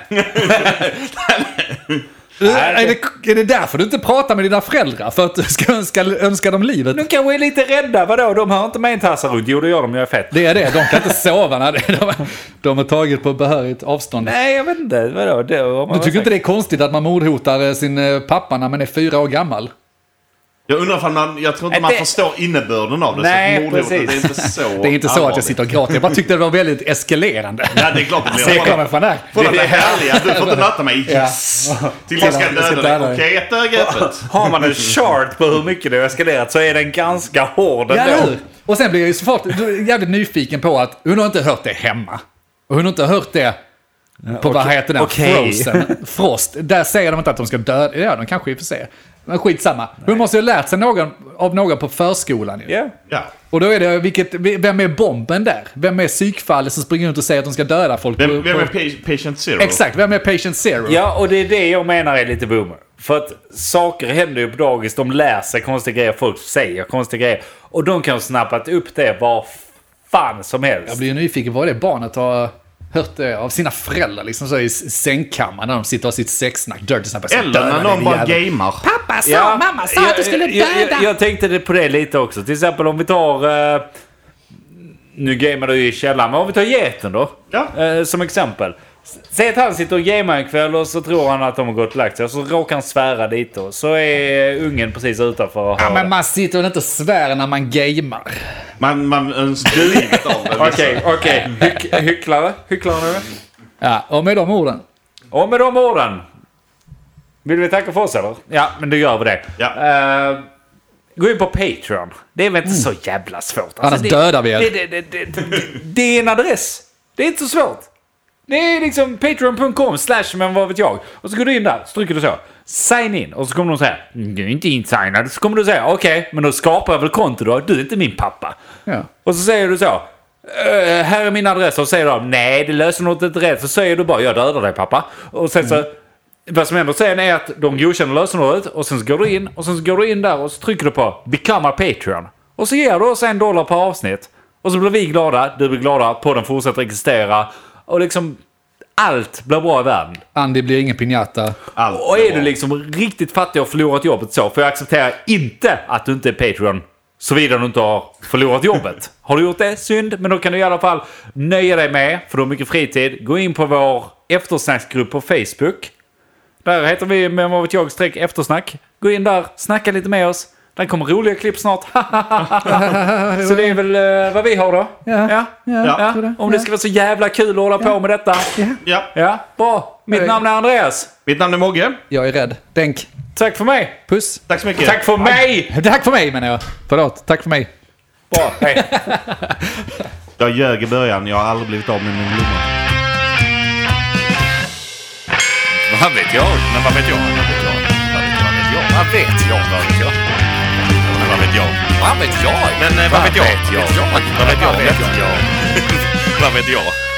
Är det därför du inte pratar med dina föräldrar? För att du ska önska dem livet? De kanske är lite rädda. Vadå? De har inte med en tassar runt. Jo, det gör de. Jag är fett. Det är det. De kan inte sova när de har tagit på behörigt avstånd. Nej, jag vet inte. Vadå? Du tycker inte det är konstigt att man mordhotar sin pappa när man är 4 år gammal? Jag undrar ifall jag tror inte man förstår innebörden av det. Nej, så mordhotet, precis. det är inte så Det är inte så att jag sitter och gråter. Jag bara tyckte det var väldigt eskalerande. Ja, det är klart det Så jag kommer från där. Från det härliga, du får inte natta mig. Yes. Till jag ska döda dig. Okej, ett öga öppet. Har man en chart på hur mycket det har eskalerat så är den ganska hård ändå. Ja, och sen blir jag ju så fort jävligt nyfiken på att hon har inte hört det hemma. Och hon har inte hört det på vad heter den? Frozen. Frost. Där säger de inte att de ska döda. Ja, de kanske i och för sig. Men skitsamma. Hon måste ju ha lärt sig av någon på förskolan. Ju. Yeah. Ja. Och då är det, vem är bomben där? Vem är psykfallet som springer runt och säger att de ska döda folk? Vem är Patient Zero? Exakt, vem är Patient Zero? Ja, och det är det jag menar är lite boomer. För att saker händer ju på dagis, de lär sig konstiga grejer, folk säger konstiga grejer. Och de kan ha snappat upp det var fan som helst. Jag blir ju nyfiken på vad det barnet har hört det av sina föräldrar liksom så i sängkammaren när de sitter och sitt sexsnack. Dirty snack. Eller när någon bara gamer. Pappa sa, mamma sa att du skulle döda. Jag tänkte på det lite också. Till exempel om vi tar... nu gamer du i källaren, men om vi tar geten då. Ja. Som exempel. Säg att han sitter och gamer en kväll och så tror han att de har gått och lagt sig. Och så råkar han svära dit och så är ungen precis utanför och Ja, hör. men man sitter väl inte och svär när man gamer. Man önskar livet av det. Okej. Hycklare nu. Ja, och med de orden. Och med de orden. Vill vi tacka för oss eller? Ja, men då gör vi det. Ja. Gå in på Patreon. Det är väl inte så jävla svårt. Annars dödar vi er. Det är en adress. Det är inte så svårt. Det är liksom patreon.com/ men vad vet jag. Och så går du in där, stryker du så. Sign in. Och så kommer de säga, du är inte insignad. Så kommer du säga, okej, men då skapar jag väl konto då. Du är inte min pappa. Ja. Och så säger du så. Här är min adress. Och säger de, nej det löser något inte rätt. Så säger du bara, jag dödar dig pappa. Och sen så, vad som händer sen är att de godkänner lösenordet. Och sen så går du in. Och sen så går du in där och så trycker du på Become a Patreon. Och så ger du oss $1 per avsnitt. Och så blir vi glada, du blir glada, podden fortsätter existera. Och liksom allt blir bra i världen. Andy blir ingen piñata. Och är du liksom riktigt fattig och förlorat jobbet så, för jag accepterar inte att du inte är Patreon såvida du inte har förlorat jobbet. Har du gjort det? Synd, men då kan du i alla fall nöja dig med, för du har mycket fritid. Gå in på vår eftersnacksgrupp på Facebook. Där heter vi med vad vet jag eftersnack. Gå in där, snacka lite med oss. Det kommer roliga klipp snart. Så det är väl vad vi har då? Ja. Om det ska vara så jävla kul att hålla på med detta. Ja. Bra. Mitt namn är Andreas. Mitt namn är Mogge. Jag är rädd. Denk. Tack för mig. Puss. Tack så mycket. Tack för mig. Tack för mig menar jag. Förlåt. Tack för mig. Bra. Hej. Jag ljög i början. Jag har aldrig blivit av med min blomma. Vad vet jag? Men vad vet jag? Vad vet jag? Men vad vet jag? Vad vet jag? Men vad vet jag? Vad vet jag? Vad vet jag? Vad vet jag?